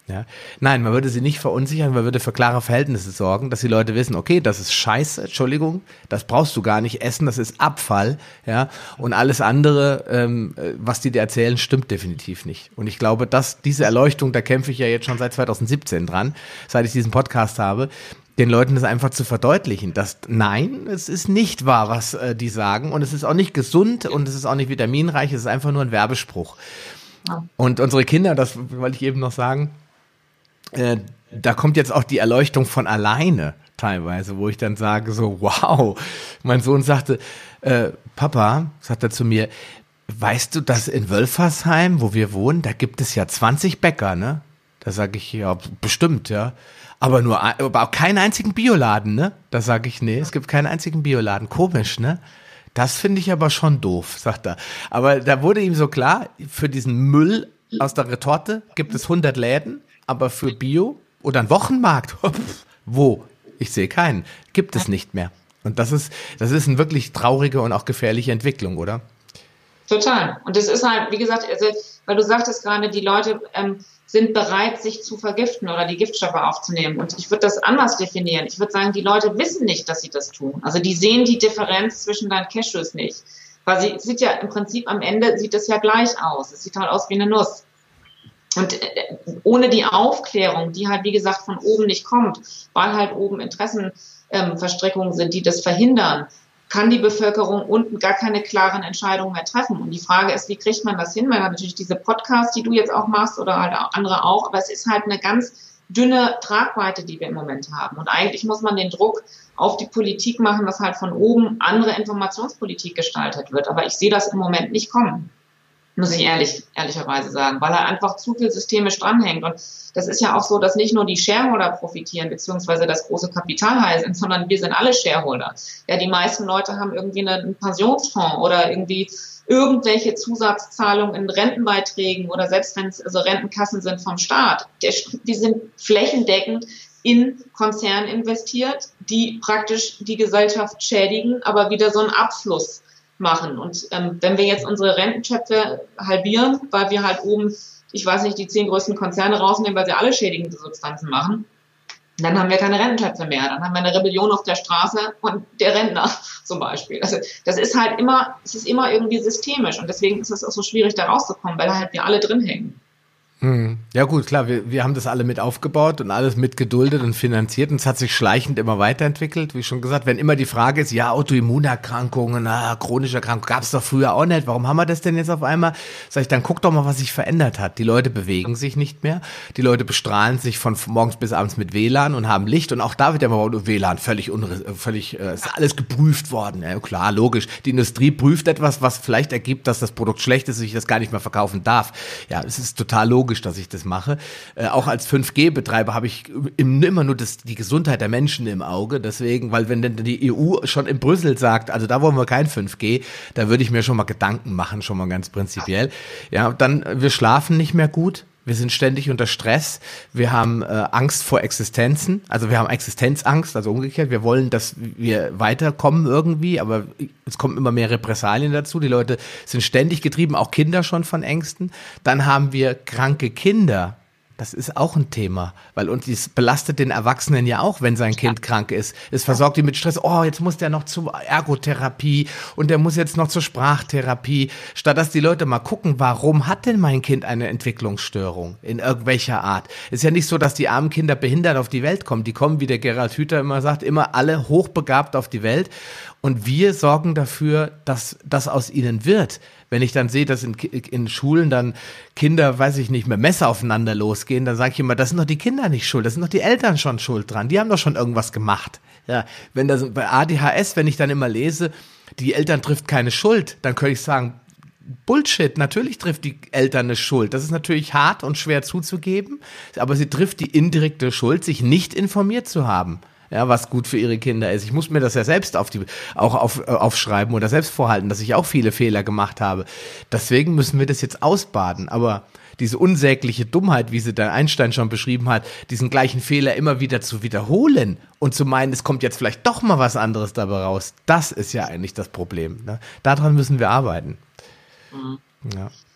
Ja. Nein, man würde sie nicht verunsichern, man würde für klare Verhältnisse sorgen, dass die Leute wissen, okay, das ist Scheiße, Entschuldigung, das brauchst du gar nicht essen, das ist Abfall, ja, und alles andere, was die dir erzählen, stimmt definitiv nicht. Und ich glaube, dass diese Erleuchtung, da kämpfe ich ja jetzt schon seit 2017 dran, seit ich diesen Podcast habe, den Leuten das einfach zu verdeutlichen, dass nein, es ist nicht wahr, was die sagen, und es ist auch nicht gesund und es ist auch nicht vitaminreich, es ist einfach nur ein Werbespruch. Und unsere Kinder, das wollte ich eben noch sagen, da kommt jetzt auch die Erleuchtung von alleine teilweise, wo ich dann sage so, wow, mein Sohn sagte, Papa, sagt er zu mir, weißt du, dass in Wölfersheim, wo wir wohnen, da gibt es ja 20 Bäcker, ne? Da sage ich, ja, bestimmt, ja. Aber auch keinen einzigen Bioladen, ne? Da sage ich, nee, es gibt keinen einzigen Bioladen. Komisch, ne? Das finde ich aber schon doof, sagt er. Aber da wurde ihm so klar, für diesen Müll aus der Retorte gibt es 100 Läden, aber für Bio oder einen Wochenmarkt, wo? Ich sehe keinen. Gibt es nicht mehr. Und das ist eine wirklich traurige und auch gefährliche Entwicklung, oder? Total. Und es ist halt, wie gesagt, also, weil du sagtest gerade, die Leute sind bereit, sich zu vergiften oder die Giftstoffe aufzunehmen. Und ich würde das anders definieren. Ich würde sagen, die Leute wissen nicht, dass sie das tun. Also die sehen die Differenz zwischen deinen Cashews nicht. Weil sie sieht ja im Prinzip am Ende sieht es ja gleich aus. Es sieht halt aus wie eine Nuss. Und ohne die Aufklärung, die halt, wie gesagt, von oben nicht kommt, weil halt oben Interessenverstrickungen sind, die das verhindern, kann die Bevölkerung unten gar keine klaren Entscheidungen mehr treffen. Und die Frage ist, wie kriegt man das hin? Man hat natürlich diese Podcasts, die du jetzt auch machst oder halt andere auch, aber es ist halt eine ganz dünne Tragweite, die wir im Moment haben. Und eigentlich muss man den Druck auf die Politik machen, dass halt von oben andere Informationspolitik gestaltet wird. Aber ich sehe das im Moment nicht kommen. Muss ich ehrlicherweise sagen, weil er einfach zu viel systemisch dranhängt. Und das ist ja auch so, dass nicht nur die Shareholder profitieren, beziehungsweise das große Kapital high sind, sondern wir sind alle Shareholder. Ja, die meisten Leute haben irgendwie einen Pensionsfonds oder irgendwie irgendwelche Zusatzzahlungen in Rentenbeiträgen oder selbst wenn es also Rentenkassen sind vom Staat. Die sind flächendeckend in Konzerne investiert, die praktisch die Gesellschaft schädigen, aber wieder so einen Abfluss machen. Und wenn wir jetzt unsere Rententöpfe halbieren, weil wir halt oben, ich weiß nicht, die 10 größten Konzerne rausnehmen, weil sie alle schädigende Substanzen machen, dann haben wir keine Rententöpfe mehr. Dann haben wir eine Rebellion auf der Straße und der Rentner zum Beispiel. Also das ist halt immer, es ist immer irgendwie systemisch und deswegen ist es auch so schwierig, da rauszukommen, weil halt wir alle drin hängen. Ja gut, klar, wir haben das alle mit aufgebaut und alles mit geduldet und finanziert und es hat sich schleichend immer weiterentwickelt, wie schon gesagt, wenn immer die Frage ist, ja, Autoimmunerkrankungen, chronische Erkrankungen, gab es doch früher auch nicht, warum haben wir das denn jetzt auf einmal? Sag ich, dann guck doch mal, was sich verändert hat. Die Leute bewegen sich nicht mehr, die Leute bestrahlen sich von morgens bis abends mit WLAN und haben Licht und auch da wird ja mal WLAN völlig ist alles geprüft worden, ja klar, logisch. Die Industrie prüft etwas, was vielleicht ergibt, dass das Produkt schlecht ist und ich das gar nicht mehr verkaufen darf. Ja, es ist total logisch, dass ich das mache. Auch als 5G-Betreiber habe ich immer nur die Gesundheit der Menschen im Auge. Deswegen, weil wenn denn die EU schon in Brüssel sagt, also da wollen wir kein 5G, da würde ich mir schon mal Gedanken machen, schon mal ganz prinzipiell. Ja, dann, wir schlafen nicht mehr gut. Wir sind ständig unter Stress. Wir haben Angst vor Existenzen. Also wir haben Existenzangst, also umgekehrt. Wir wollen, dass wir weiterkommen irgendwie, aber es kommen immer mehr Repressalien dazu. Die Leute sind ständig getrieben, auch Kinder schon von Ängsten. Dann haben wir kranke Kinder. Das ist auch ein Thema, weil uns das belastet den Erwachsenen ja auch, wenn sein Kind krank ist. Es versorgt ihn mit Stress. Oh, jetzt muss der noch zur Ergotherapie und der muss jetzt noch zur Sprachtherapie. Statt dass die Leute mal gucken, warum hat denn mein Kind eine Entwicklungsstörung in irgendwelcher Art? Ist ja nicht so, dass die armen Kinder behindert auf die Welt kommen. Die kommen, wie der Gerald Hüther immer sagt, immer alle hochbegabt auf die Welt. Und wir sorgen dafür, dass das aus ihnen wird. Wenn ich dann sehe, dass in Schulen dann Kinder, weiß ich nicht, mit Messer aufeinander losgehen, dann sage ich immer, das sind doch die Kinder nicht schuld, das sind doch die Eltern schon schuld dran, die haben doch schon irgendwas gemacht. Ja, wenn das bei ADHS, wenn ich dann immer lese, die Eltern trifft keine Schuld, dann könnte ich sagen, Bullshit, natürlich trifft die Eltern eine Schuld. Das ist natürlich hart und schwer zuzugeben, aber sie trifft die indirekte Schuld, sich nicht informiert zu haben. Ja, was gut für ihre Kinder ist. Ich muss mir das ja selbst aufschreiben oder selbst vorhalten, dass ich auch viele Fehler gemacht habe. Deswegen müssen wir das jetzt ausbaden. Aber diese unsägliche Dummheit, wie sie der Einstein schon beschrieben hat, diesen gleichen Fehler immer wieder zu wiederholen und zu meinen, es kommt jetzt vielleicht doch mal was anderes dabei raus, das ist ja eigentlich das Problem. Ne? Daran müssen wir arbeiten. Ja.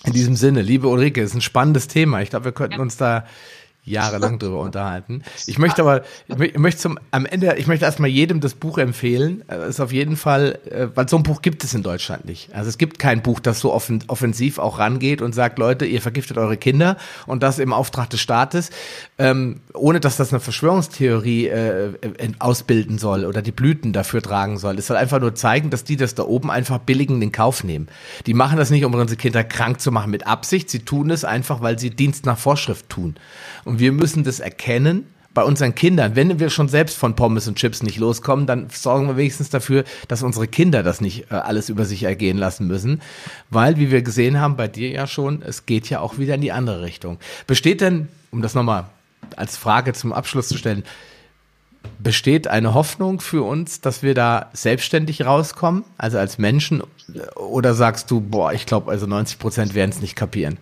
In diesem Sinne, liebe Ulrike, ist ein spannendes Thema. Ich glaube, wir könnten uns da jahrelang drüber unterhalten. Ich möchte aber, ich möchte erstmal jedem das Buch empfehlen. Ist auf jeden Fall, weil so ein Buch gibt es in Deutschland nicht. Also es gibt kein Buch, das so offensiv auch rangeht und sagt, Leute, ihr vergiftet eure Kinder und das im Auftrag des Staates, ohne dass das eine Verschwörungstheorie ausbilden soll oder die Blüten dafür tragen soll. Es soll einfach nur zeigen, dass die das da oben einfach billigend in Kauf nehmen. Die machen das nicht, um unsere Kinder krank zu machen mit Absicht. Sie tun es einfach, weil sie Dienst nach Vorschrift tun. Und wir müssen das erkennen bei unseren Kindern. Wenn wir schon selbst von Pommes und Chips nicht loskommen, dann sorgen wir wenigstens dafür, dass unsere Kinder das nicht alles über sich ergehen lassen müssen. Weil, wie wir gesehen haben, bei dir ja schon, es geht ja auch wieder in die andere Richtung. Besteht denn, um das nochmal als Frage zum Abschluss zu stellen, besteht eine Hoffnung für uns, dass wir da selbstständig rauskommen, also als Menschen? Oder sagst du, ich glaube, also 90% werden es nicht kapieren?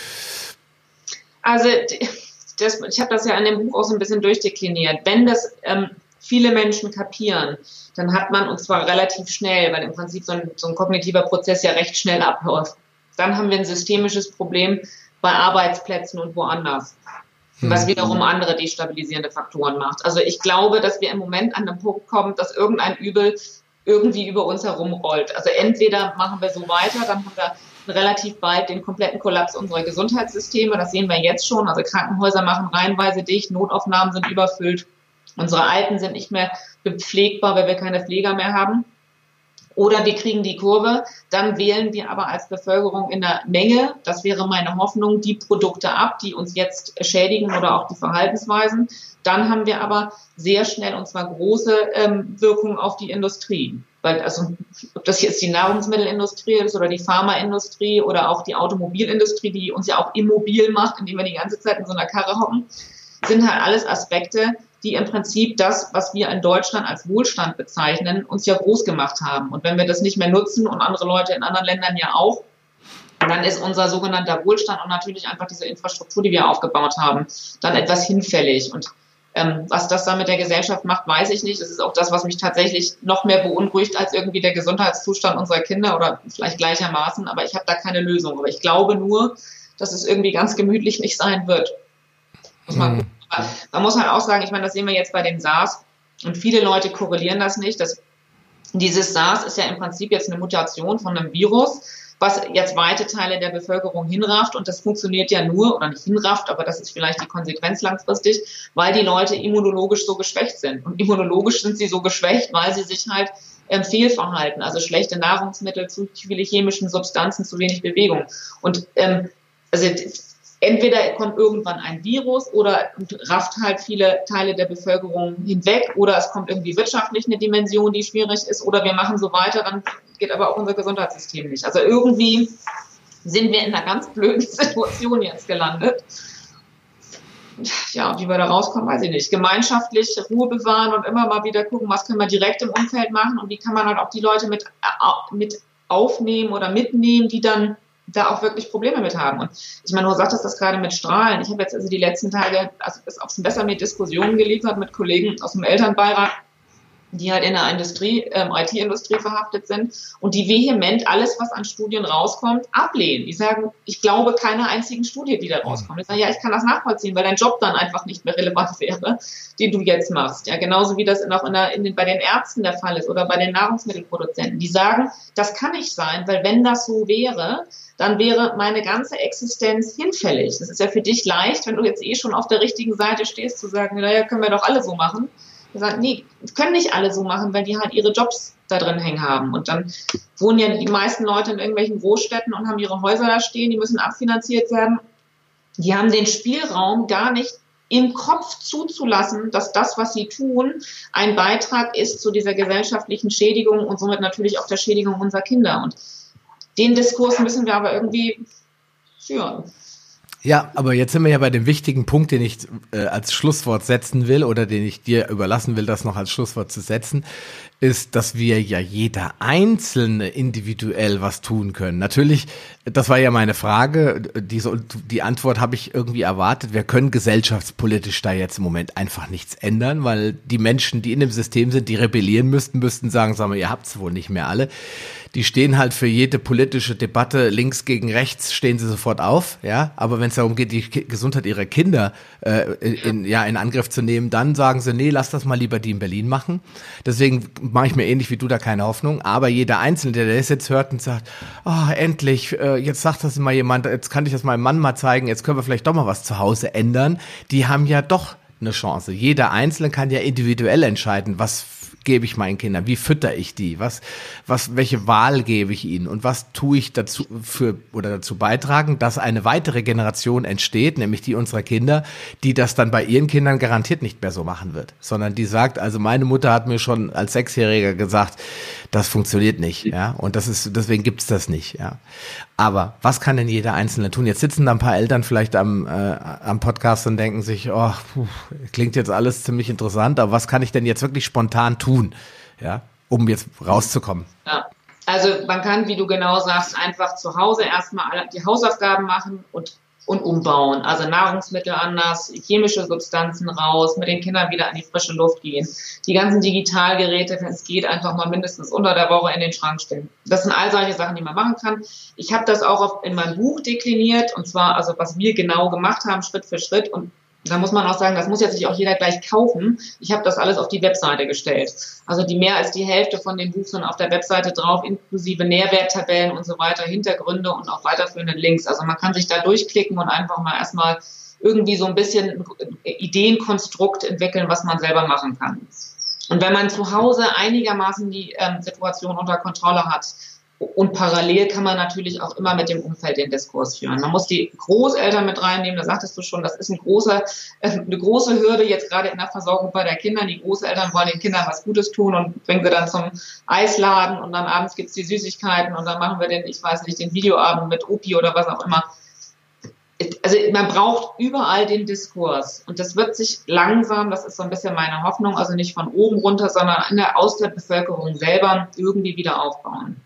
Also ich habe das ja in dem Buch auch so ein bisschen durchdekliniert. Wenn das viele Menschen kapieren, dann hat man, und zwar relativ schnell, weil im Prinzip so ein kognitiver Prozess ja recht schnell abläuft, dann haben wir ein systemisches Problem bei Arbeitsplätzen und woanders, was wiederum andere destabilisierende Faktoren macht. Also ich glaube, dass wir im Moment an den Punkt kommen, dass irgendein Übel irgendwie über uns herumrollt. Also entweder machen wir so weiter, dann haben wir relativ bald den kompletten Kollaps unserer Gesundheitssysteme. Das sehen wir jetzt schon. Also Krankenhäuser machen reihenweise dicht, Notaufnahmen sind überfüllt. Unsere Alten sind nicht mehr bepflegbar, weil wir keine Pfleger mehr haben. Oder wir kriegen die Kurve, dann wählen wir aber als Bevölkerung in der Menge, das wäre meine Hoffnung, die Produkte ab, die uns jetzt schädigen oder auch die Verhaltensweisen. Dann haben wir aber sehr schnell, und zwar große Wirkung auf die Industrie. Weil, also, ob das jetzt die Nahrungsmittelindustrie ist oder die Pharmaindustrie oder auch die Automobilindustrie, die uns ja auch immobil macht, indem wir die ganze Zeit in so einer Karre hocken, sind halt alles Aspekte, die im Prinzip das, was wir in Deutschland als Wohlstand bezeichnen, uns ja groß gemacht haben. Und wenn wir das nicht mehr nutzen und andere Leute in anderen Ländern ja auch, dann ist unser sogenannter Wohlstand und natürlich einfach diese Infrastruktur, die wir aufgebaut haben, dann etwas hinfällig. Und was das dann mit der Gesellschaft macht, weiß ich nicht. Das ist auch das, was mich tatsächlich noch mehr beunruhigt als irgendwie der Gesundheitszustand unserer Kinder oder vielleicht gleichermaßen. Aber ich habe da keine Lösung. Aber ich glaube nur, dass es irgendwie ganz gemütlich nicht sein wird. Man muss halt auch sagen, ich meine, das sehen wir jetzt bei dem SARS und viele Leute korrelieren das nicht. Dieses SARS ist ja im Prinzip jetzt eine Mutation von einem Virus, was jetzt weite Teile der Bevölkerung hinrafft und das funktioniert ja nur, oder nicht hinrafft, aber das ist vielleicht die Konsequenz langfristig, weil die Leute immunologisch so geschwächt sind. Und immunologisch sind sie so geschwächt, weil sie sich halt fehlverhalten, also schlechte Nahrungsmittel, zu viele chemische Substanzen, zu wenig Bewegung. Und also entweder kommt irgendwann ein Virus oder rafft halt viele Teile der Bevölkerung hinweg oder es kommt irgendwie wirtschaftlich eine Dimension, die schwierig ist oder wir machen so weiter, dann geht aber auch unser Gesundheitssystem nicht. Also irgendwie sind wir in einer ganz blöden Situation jetzt gelandet. Ja, wie wir da rauskommen, weiß ich nicht. Gemeinschaftlich Ruhe bewahren und immer mal wieder gucken, was können wir direkt im Umfeld machen und wie kann man halt auch die Leute mit aufnehmen oder mitnehmen, die dann da auch wirklich Probleme mit haben. Und ich meine, du sagtest das gerade mit Strahlen. Ich habe jetzt also die letzten Tage auf dem Besser mit Diskussionen geliefert mit Kollegen aus dem Elternbeirat, die halt in der IT-Industrie verhaftet sind und die vehement alles, was an Studien rauskommt, ablehnen. Die sagen, ich glaube keiner einzigen Studie, die da rauskommt. Ich sage, ja, ich kann das nachvollziehen, weil dein Job dann einfach nicht mehr relevant wäre, den du jetzt machst. Ja, genauso wie das auch bei den Ärzten der Fall ist oder bei den Nahrungsmittelproduzenten. Die sagen, das kann nicht sein, weil wenn das so wäre, dann wäre meine ganze Existenz hinfällig. Das ist ja für dich leicht, wenn du jetzt schon auf der richtigen Seite stehst, zu sagen, naja, können wir doch alle so machen. Wir sagen, nee, können nicht alle so machen, weil die halt ihre Jobs da drin hängen haben. Und dann wohnen ja die meisten Leute in irgendwelchen Großstädten und haben ihre Häuser da stehen, die müssen abfinanziert werden. Die haben den Spielraum gar nicht im Kopf zuzulassen, dass das, was sie tun, ein Beitrag ist zu dieser gesellschaftlichen Schädigung und somit natürlich auch der Schädigung unserer Kinder. Und den Diskurs müssen wir aber irgendwie führen. Ja, aber jetzt sind wir ja bei dem wichtigen Punkt, den ich als Schlusswort setzen will oder den ich dir überlassen will, das noch als Schlusswort zu setzen. ist, dass wir ja jeder Einzelne individuell was tun können. Natürlich, das war ja meine Frage, die Antwort habe ich irgendwie erwartet. Wir können gesellschaftspolitisch da jetzt im Moment einfach nichts ändern, weil die Menschen, die in dem System sind, die rebellieren müssten sagen, sag mal, ihr habt's wohl nicht mehr alle. Die stehen halt für jede politische Debatte links gegen rechts, stehen sie sofort auf, ja. Aber wenn es darum geht, die Gesundheit ihrer Kinder in Angriff zu nehmen, dann sagen sie, nee, lass das mal lieber die in Berlin machen. Deswegen mache ich mir ähnlich wie du da keine Hoffnung. Aber jeder Einzelne, der das jetzt hört und sagt, endlich, jetzt sagt das mal jemand, jetzt kann ich das meinem Mann mal zeigen, jetzt können wir vielleicht doch mal was zu Hause ändern. Die haben ja doch eine Chance. Jeder Einzelne kann ja individuell entscheiden, was gebe ich meinen Kindern, wie fütter ich die, welche Wahl gebe ich ihnen und was tue ich dazu beitragen, dass eine weitere Generation entsteht, nämlich die unserer Kinder, die das dann bei ihren Kindern garantiert nicht mehr so machen wird, sondern die sagt, also meine Mutter hat mir schon als 6-Jähriger gesagt, das funktioniert nicht, ja, und deswegen gibt's das nicht, ja. Aber was kann denn jeder Einzelne tun? Jetzt sitzen da ein paar Eltern vielleicht am Podcast und denken sich, klingt jetzt alles ziemlich interessant, aber was kann ich denn jetzt wirklich spontan tun, ja, um jetzt rauszukommen? Ja, also man kann, wie du genau sagst, einfach zu Hause erstmal die Hausaufgaben machen und umbauen. Also Nahrungsmittel anders, chemische Substanzen raus, mit den Kindern wieder an die frische Luft gehen. Die ganzen Digitalgeräte, wenn es geht, einfach mal mindestens unter der Woche in den Schrank stellen. Das sind all solche Sachen, die man machen kann. Ich habe das auch in meinem Buch dekliniert, und zwar, also was wir genau gemacht haben, Schritt für Schritt. Und da muss man auch sagen, das muss jetzt nicht auch jeder gleich kaufen. Ich habe das alles auf die Webseite gestellt. Also die mehr als die Hälfte von dem Buch sind auf der Webseite drauf, inklusive Nährwerttabellen und so weiter, Hintergründe und auch weiterführende Links. Also man kann sich da durchklicken und einfach mal erstmal irgendwie so ein bisschen Ideenkonstrukt entwickeln, was man selber machen kann. Und wenn man zu Hause einigermaßen die Situation unter Kontrolle hat, und parallel kann man natürlich auch immer mit dem Umfeld den Diskurs führen. Man muss die Großeltern mit reinnehmen, da sagtest du schon, das ist eine große Hürde jetzt gerade in der Versorgung bei der Kinder. Die Großeltern wollen den Kindern was Gutes tun und bringen sie dann zum Eisladen und dann abends gibt's die Süßigkeiten und dann machen wir den Videoabend mit Opi oder was auch immer. Also man braucht überall den Diskurs und das wird sich langsam, das ist so ein bisschen meine Hoffnung, also nicht von oben runter, sondern aus der Bevölkerung selber irgendwie wieder aufbauen.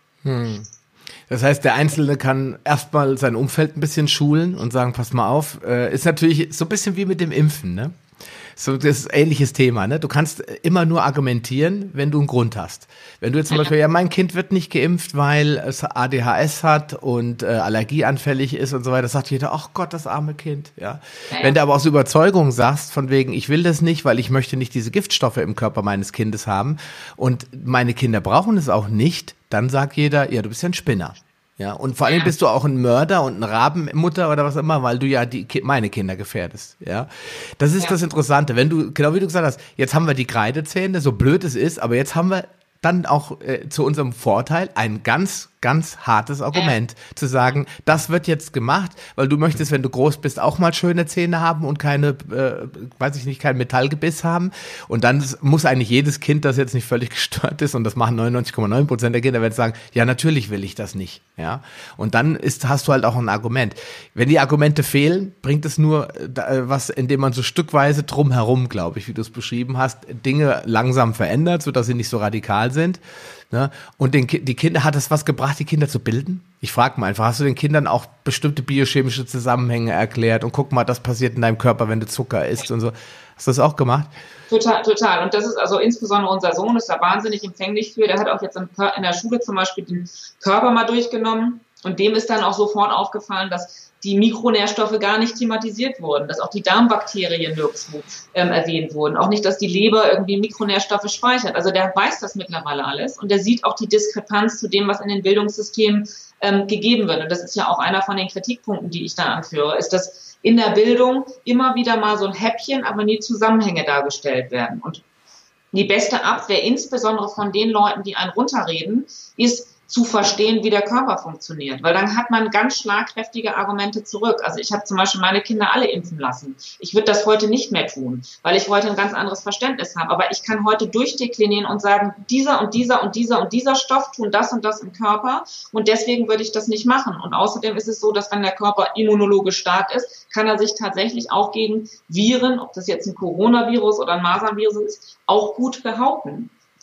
Das heißt, der Einzelne kann erstmal sein Umfeld ein bisschen schulen und sagen, pass mal auf, ist natürlich so ein bisschen wie mit dem Impfen, ne? So, das ist ein ähnliches Thema, ne? Du kannst immer nur argumentieren, wenn du einen Grund hast. Wenn du jetzt zum Beispiel, ja, mein Kind wird nicht geimpft, weil es ADHS hat und allergieanfällig ist und so weiter, sagt jeder, ach Gott, das arme Kind, ja. Wenn du aber aus Überzeugung sagst, von wegen, ich will das nicht, weil ich möchte nicht diese Giftstoffe im Körper meines Kindes haben und meine Kinder brauchen es auch nicht, dann sagt jeder, ja, du bist ja ein Spinner. Ja, und vor allem bist du auch ein Mörder und eine Rabenmutter oder was immer, weil du ja meine Kinder gefährdest, ja. Das ist das Interessante, wenn du, genau wie du gesagt hast, jetzt haben wir die Kreidezähne, so blöd es ist, aber jetzt haben wir dann auch zu unserem Vorteil ein ganz, ganz hartes Argument, zu sagen, das wird jetzt gemacht, weil du möchtest, wenn du groß bist, auch mal schöne Zähne haben und kein Metallgebiss haben. Und dann muss eigentlich jedes Kind, das jetzt nicht völlig gestört ist, und das machen 99,9% der Kinder, werden sagen, ja, natürlich will ich das nicht. Ja. Und dann hast du halt auch ein Argument. Wenn die Argumente fehlen, bringt es nur was, indem man so stückweise drumherum, glaube ich, wie du es beschrieben hast, Dinge langsam verändert, sodass sie nicht so radikal sind. Ne? Und die Kinder, hat es was gebracht, die Kinder zu bilden? Ich frage mal einfach, hast du den Kindern auch bestimmte biochemische Zusammenhänge erklärt und guck mal, das passiert in deinem Körper, wenn du Zucker isst und so. Hast du das auch gemacht? Total, total. Und das ist also insbesondere unser Sohn ist da wahnsinnig empfänglich für. Der hat auch jetzt in der Schule zum Beispiel den Körper mal durchgenommen und dem ist dann auch sofort aufgefallen, dass die Mikronährstoffe gar nicht thematisiert wurden, dass auch die Darmbakterien nirgendwo erwähnt wurden. Auch nicht, dass die Leber irgendwie Mikronährstoffe speichert. Also der weiß das mittlerweile alles und der sieht auch die Diskrepanz zu dem, was in den Bildungssystemen gegeben wird. Und das ist ja auch einer von den Kritikpunkten, die ich da anführe, ist, dass in der Bildung immer wieder mal so ein Häppchen, aber nie Zusammenhänge dargestellt werden. Und die beste Abwehr, insbesondere von den Leuten, die einen runterreden, ist zu verstehen, wie der Körper funktioniert. Weil dann hat man ganz schlagkräftige Argumente zurück. Also ich habe zum Beispiel meine Kinder alle impfen lassen. Ich würde das heute nicht mehr tun, weil ich heute ein ganz anderes Verständnis habe. Aber ich kann heute durchdeklinieren und sagen, dieser und dieser und dieser und dieser Stoff tun das und das im Körper und deswegen würde ich das nicht machen. Und außerdem ist es so, dass wenn der Körper immunologisch stark ist, kann er sich tatsächlich auch gegen Viren, ob das jetzt ein Coronavirus oder ein Masernvirus ist, auch gut behaupten.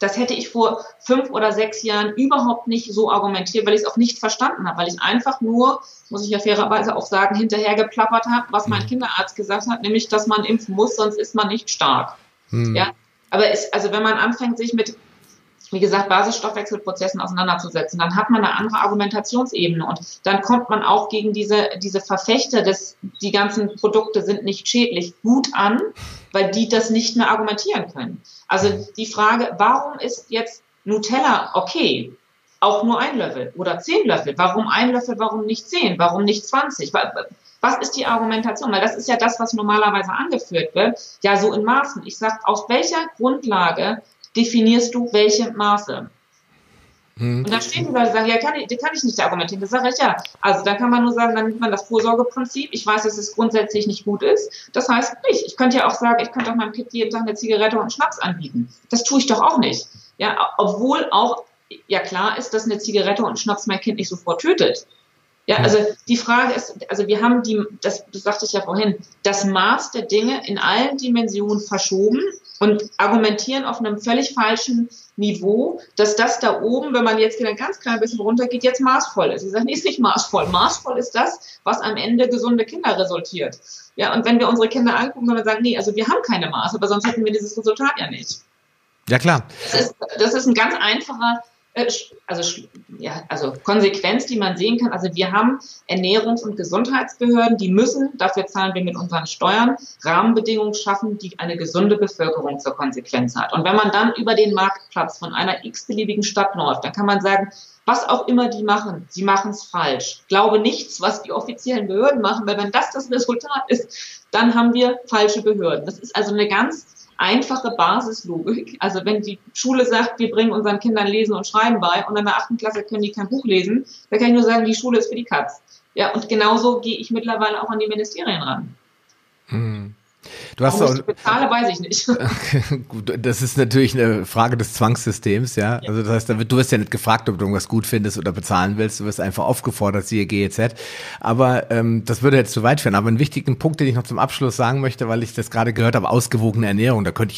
Das hätte ich vor 5 oder 6 Jahren überhaupt nicht so argumentiert, weil ich es auch nicht verstanden habe, weil ich einfach nur, muss ich ja fairerweise auch sagen, hinterher geplappert habe, was mein Kinderarzt gesagt hat, nämlich, dass man impfen muss, sonst ist man nicht stark. Ja, aber also wenn man anfängt, sich mit, wie gesagt, Basisstoffwechselprozessen auseinanderzusetzen, dann hat man eine andere Argumentationsebene und dann kommt man auch gegen diese Verfechter, die ganzen Produkte sind nicht schädlich, gut an, weil die das nicht mehr argumentieren können. Also die Frage, warum ist jetzt Nutella okay? Auch nur 1 Löffel oder 10 Löffel. Warum 1 Löffel, warum nicht 10? Warum nicht 20? Was ist die Argumentation? Weil das ist ja das, was normalerweise angeführt wird. Ja, so in Maßen. Ich sage, auf welcher Grundlage definierst du welche Maße? Und dann stehen die Leute und sagen, ja, kann ich nicht argumentieren. Das sage ich ja. Also dann kann man nur sagen, dann nimmt man das Vorsorgeprinzip. Ich weiß, dass es grundsätzlich nicht gut ist. Das heißt nicht. Ich könnte ja auch sagen, ich könnte auch meinem Kind jeden Tag eine Zigarette und einen Schnaps anbieten. Das tue ich doch auch nicht. Ja, obwohl auch ja klar ist, dass eine Zigarette und ein Schnaps mein Kind nicht sofort tötet. Ja, also die Frage ist, also wir haben das sagte ich ja vorhin, das Maß der Dinge in allen Dimensionen verschoben und argumentieren auf einem völlig falschen Niveau, dass das da oben, wenn man jetzt wieder ein ganz klein bisschen runtergeht, jetzt maßvoll ist. Sie sagen, nee, ist nicht maßvoll. Maßvoll ist das, was am Ende gesunde Kinder resultiert. Ja, und wenn wir unsere Kinder angucken und sagen, nee, also wir haben keine Maße, aber sonst hätten wir dieses Resultat ja nicht. Ja, klar. Das ist ein ganz einfacher also Konsequenz, die man sehen kann. Also wir haben Ernährungs- und Gesundheitsbehörden, die müssen, dafür zahlen wir mit unseren Steuern, Rahmenbedingungen schaffen, die eine gesunde Bevölkerung zur Konsequenz hat. Und wenn man dann über den Marktplatz von einer x-beliebigen Stadt läuft, dann kann man sagen, was auch immer die machen, sie machen es falsch. Ich glaube nichts, was die offiziellen Behörden machen, weil wenn das Resultat ist, dann haben wir falsche Behörden. Das ist also eine ganz einfache Basislogik. Also wenn die Schule sagt, wir bringen unseren Kindern Lesen und Schreiben bei und in der 8. Klasse können die kein Buch lesen, dann kann ich nur sagen, die Schule ist für die Katz. Ja, und genauso gehe ich mittlerweile auch an die Ministerien ran. Du hast Warum ich bezahle, weiß ich nicht. Gut, das ist natürlich eine Frage des Zwangssystems, ja. Also das heißt, du wirst ja nicht gefragt, ob du irgendwas gut findest oder bezahlen willst. Du wirst einfach aufgefordert, siehe GEZ. Aber das würde jetzt zu weit führen. Aber einen wichtigen Punkt, den ich noch zum Abschluss sagen möchte, weil ich das gerade gehört habe, ausgewogene Ernährung. Da könnte ich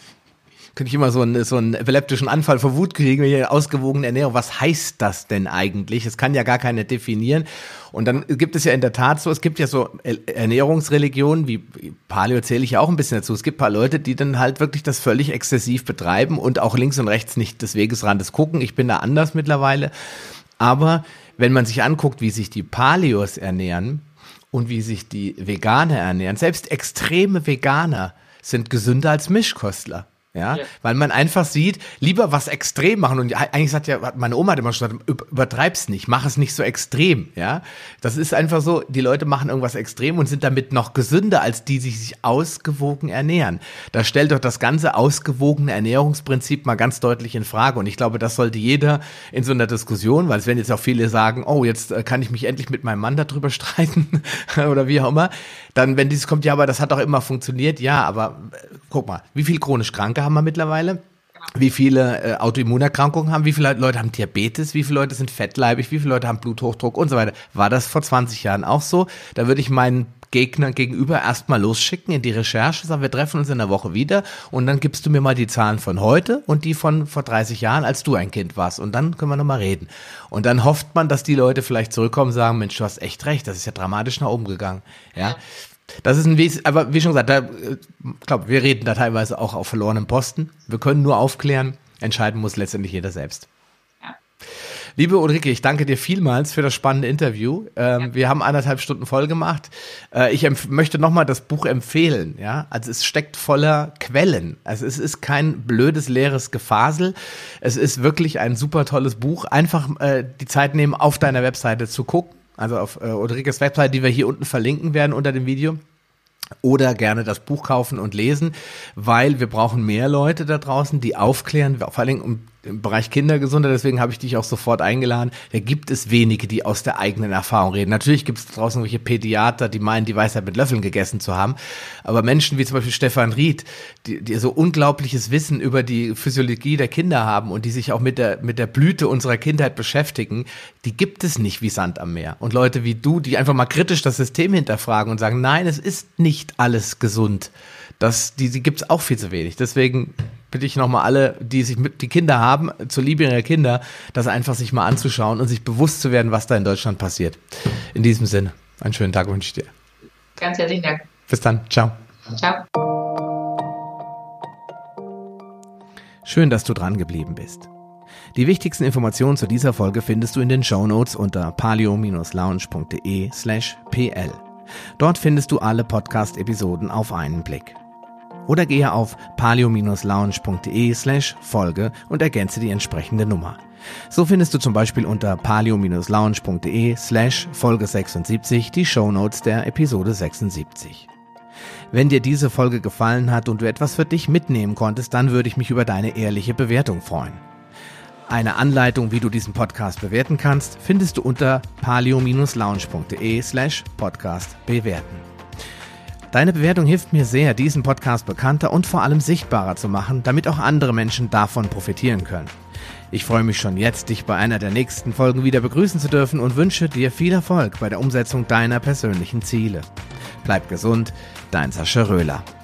immer so einen epileptischen Anfall vor Wut kriegen, wenn ich ausgewogene Ernährung. Was heißt das denn eigentlich? Es kann ja gar keiner definieren. Und dann gibt es ja in der Tat so, es gibt ja so Ernährungsreligionen, wie Paleo zähle ich ja auch ein bisschen dazu. Es gibt ein paar Leute, die dann halt wirklich das völlig exzessiv betreiben und auch links und rechts nicht des Wegesrandes gucken. Ich bin da anders mittlerweile. Aber wenn man sich anguckt, wie sich die Paleos ernähren und wie sich die Veganer ernähren, selbst extreme Veganer sind gesünder als Mischkostler. Ja, weil man einfach sieht, lieber was extrem machen und eigentlich hat meine Oma hat immer schon gesagt, übertreib's nicht, mach es nicht so extrem, ja. Das ist einfach so, die Leute machen irgendwas extrem und sind damit noch gesünder als die, die sich ausgewogen ernähren. Da stellt doch das ganze ausgewogene Ernährungsprinzip mal ganz deutlich in Frage und ich glaube, das sollte jeder in so einer Diskussion, weil es werden jetzt auch viele sagen, oh, jetzt kann ich mich endlich mit meinem Mann darüber streiten oder wie auch immer, dann, wenn dieses kommt, ja, aber das hat doch immer funktioniert, ja, aber guck mal, wie viel chronisch Kranke haben wir mittlerweile? Wie viele Autoimmunerkrankungen haben? Wie viele Leute haben Diabetes? Wie viele Leute sind fettleibig? Wie viele Leute haben Bluthochdruck und so weiter? War das vor 20 Jahren auch so? Da würde ich meinen Gegner gegenüber erstmal losschicken in die Recherche, sagen, wir treffen uns in der Woche wieder und dann gibst du mir mal die Zahlen von heute und die von vor 30 Jahren, als du ein Kind warst und dann können wir nochmal reden. Und dann hofft man, dass die Leute vielleicht zurückkommen und sagen, Mensch, du hast echt recht, das ist ja dramatisch nach oben gegangen. Ja. Das ist aber wie schon gesagt, ich glaube, wir reden da teilweise auch auf verlorenem Posten. Wir können nur aufklären, entscheiden muss letztendlich jeder selbst. Ja. Liebe Ulrike, ich danke dir vielmals für das spannende Interview. Wir haben 1,5 Stunden voll gemacht. Ich möchte nochmal das Buch empfehlen. Ja, also es steckt voller Quellen. Also es ist kein blödes, leeres Gefasel. Es ist wirklich ein super tolles Buch. Einfach die Zeit nehmen, auf deiner Webseite zu gucken. Also auf Ulrikes Website, die wir hier unten verlinken werden unter dem Video. Oder gerne das Buch kaufen und lesen, weil wir brauchen mehr Leute da draußen, die aufklären, vor allen Dingen im Bereich Kindergesundheit, deswegen habe ich dich auch sofort eingeladen. Da gibt es wenige, die aus der eigenen Erfahrung reden. Natürlich gibt es draußen irgendwelche Pädiater, die meinen, die Weisheit mit Löffeln gegessen zu haben. Aber Menschen wie zum Beispiel Stefan Ried, die so unglaubliches Wissen über die Physiologie der Kinder haben und die sich auch mit der Blüte unserer Kindheit beschäftigen, die gibt es nicht wie Sand am Meer. Und Leute wie du, die einfach mal kritisch das System hinterfragen und sagen, nein, es ist nicht alles gesund. Die gibt es auch viel zu wenig. Deswegen bitte ich nochmal alle, die Kinder haben, zur Liebe ihrer Kinder, das einfach sich mal anzuschauen und sich bewusst zu werden, was da in Deutschland passiert. In diesem Sinne, einen schönen Tag wünsche ich dir. Ganz herzlichen Dank. Bis dann. Ciao. Ciao. Schön, dass du dran geblieben bist. Die wichtigsten Informationen zu dieser Folge findest du in den Shownotes unter paleo-lounge.de/pl. Dort findest du alle Podcast-Episoden auf einen Blick. Oder gehe auf paleo-lounge.de/Folge und ergänze die entsprechende Nummer. So findest du zum Beispiel unter paleo-lounge.de/Folge 76 die Shownotes der Episode 76. Wenn dir diese Folge gefallen hat und du etwas für dich mitnehmen konntest, dann würde ich mich über deine ehrliche Bewertung freuen. Eine Anleitung, wie du diesen Podcast bewerten kannst, findest du unter paleo-lounge.de/Podcast bewerten. Deine Bewertung hilft mir sehr, diesen Podcast bekannter und vor allem sichtbarer zu machen, damit auch andere Menschen davon profitieren können. Ich freue mich schon jetzt, dich bei einer der nächsten Folgen wieder begrüßen zu dürfen und wünsche dir viel Erfolg bei der Umsetzung deiner persönlichen Ziele. Bleib gesund, dein Sascha Röhler.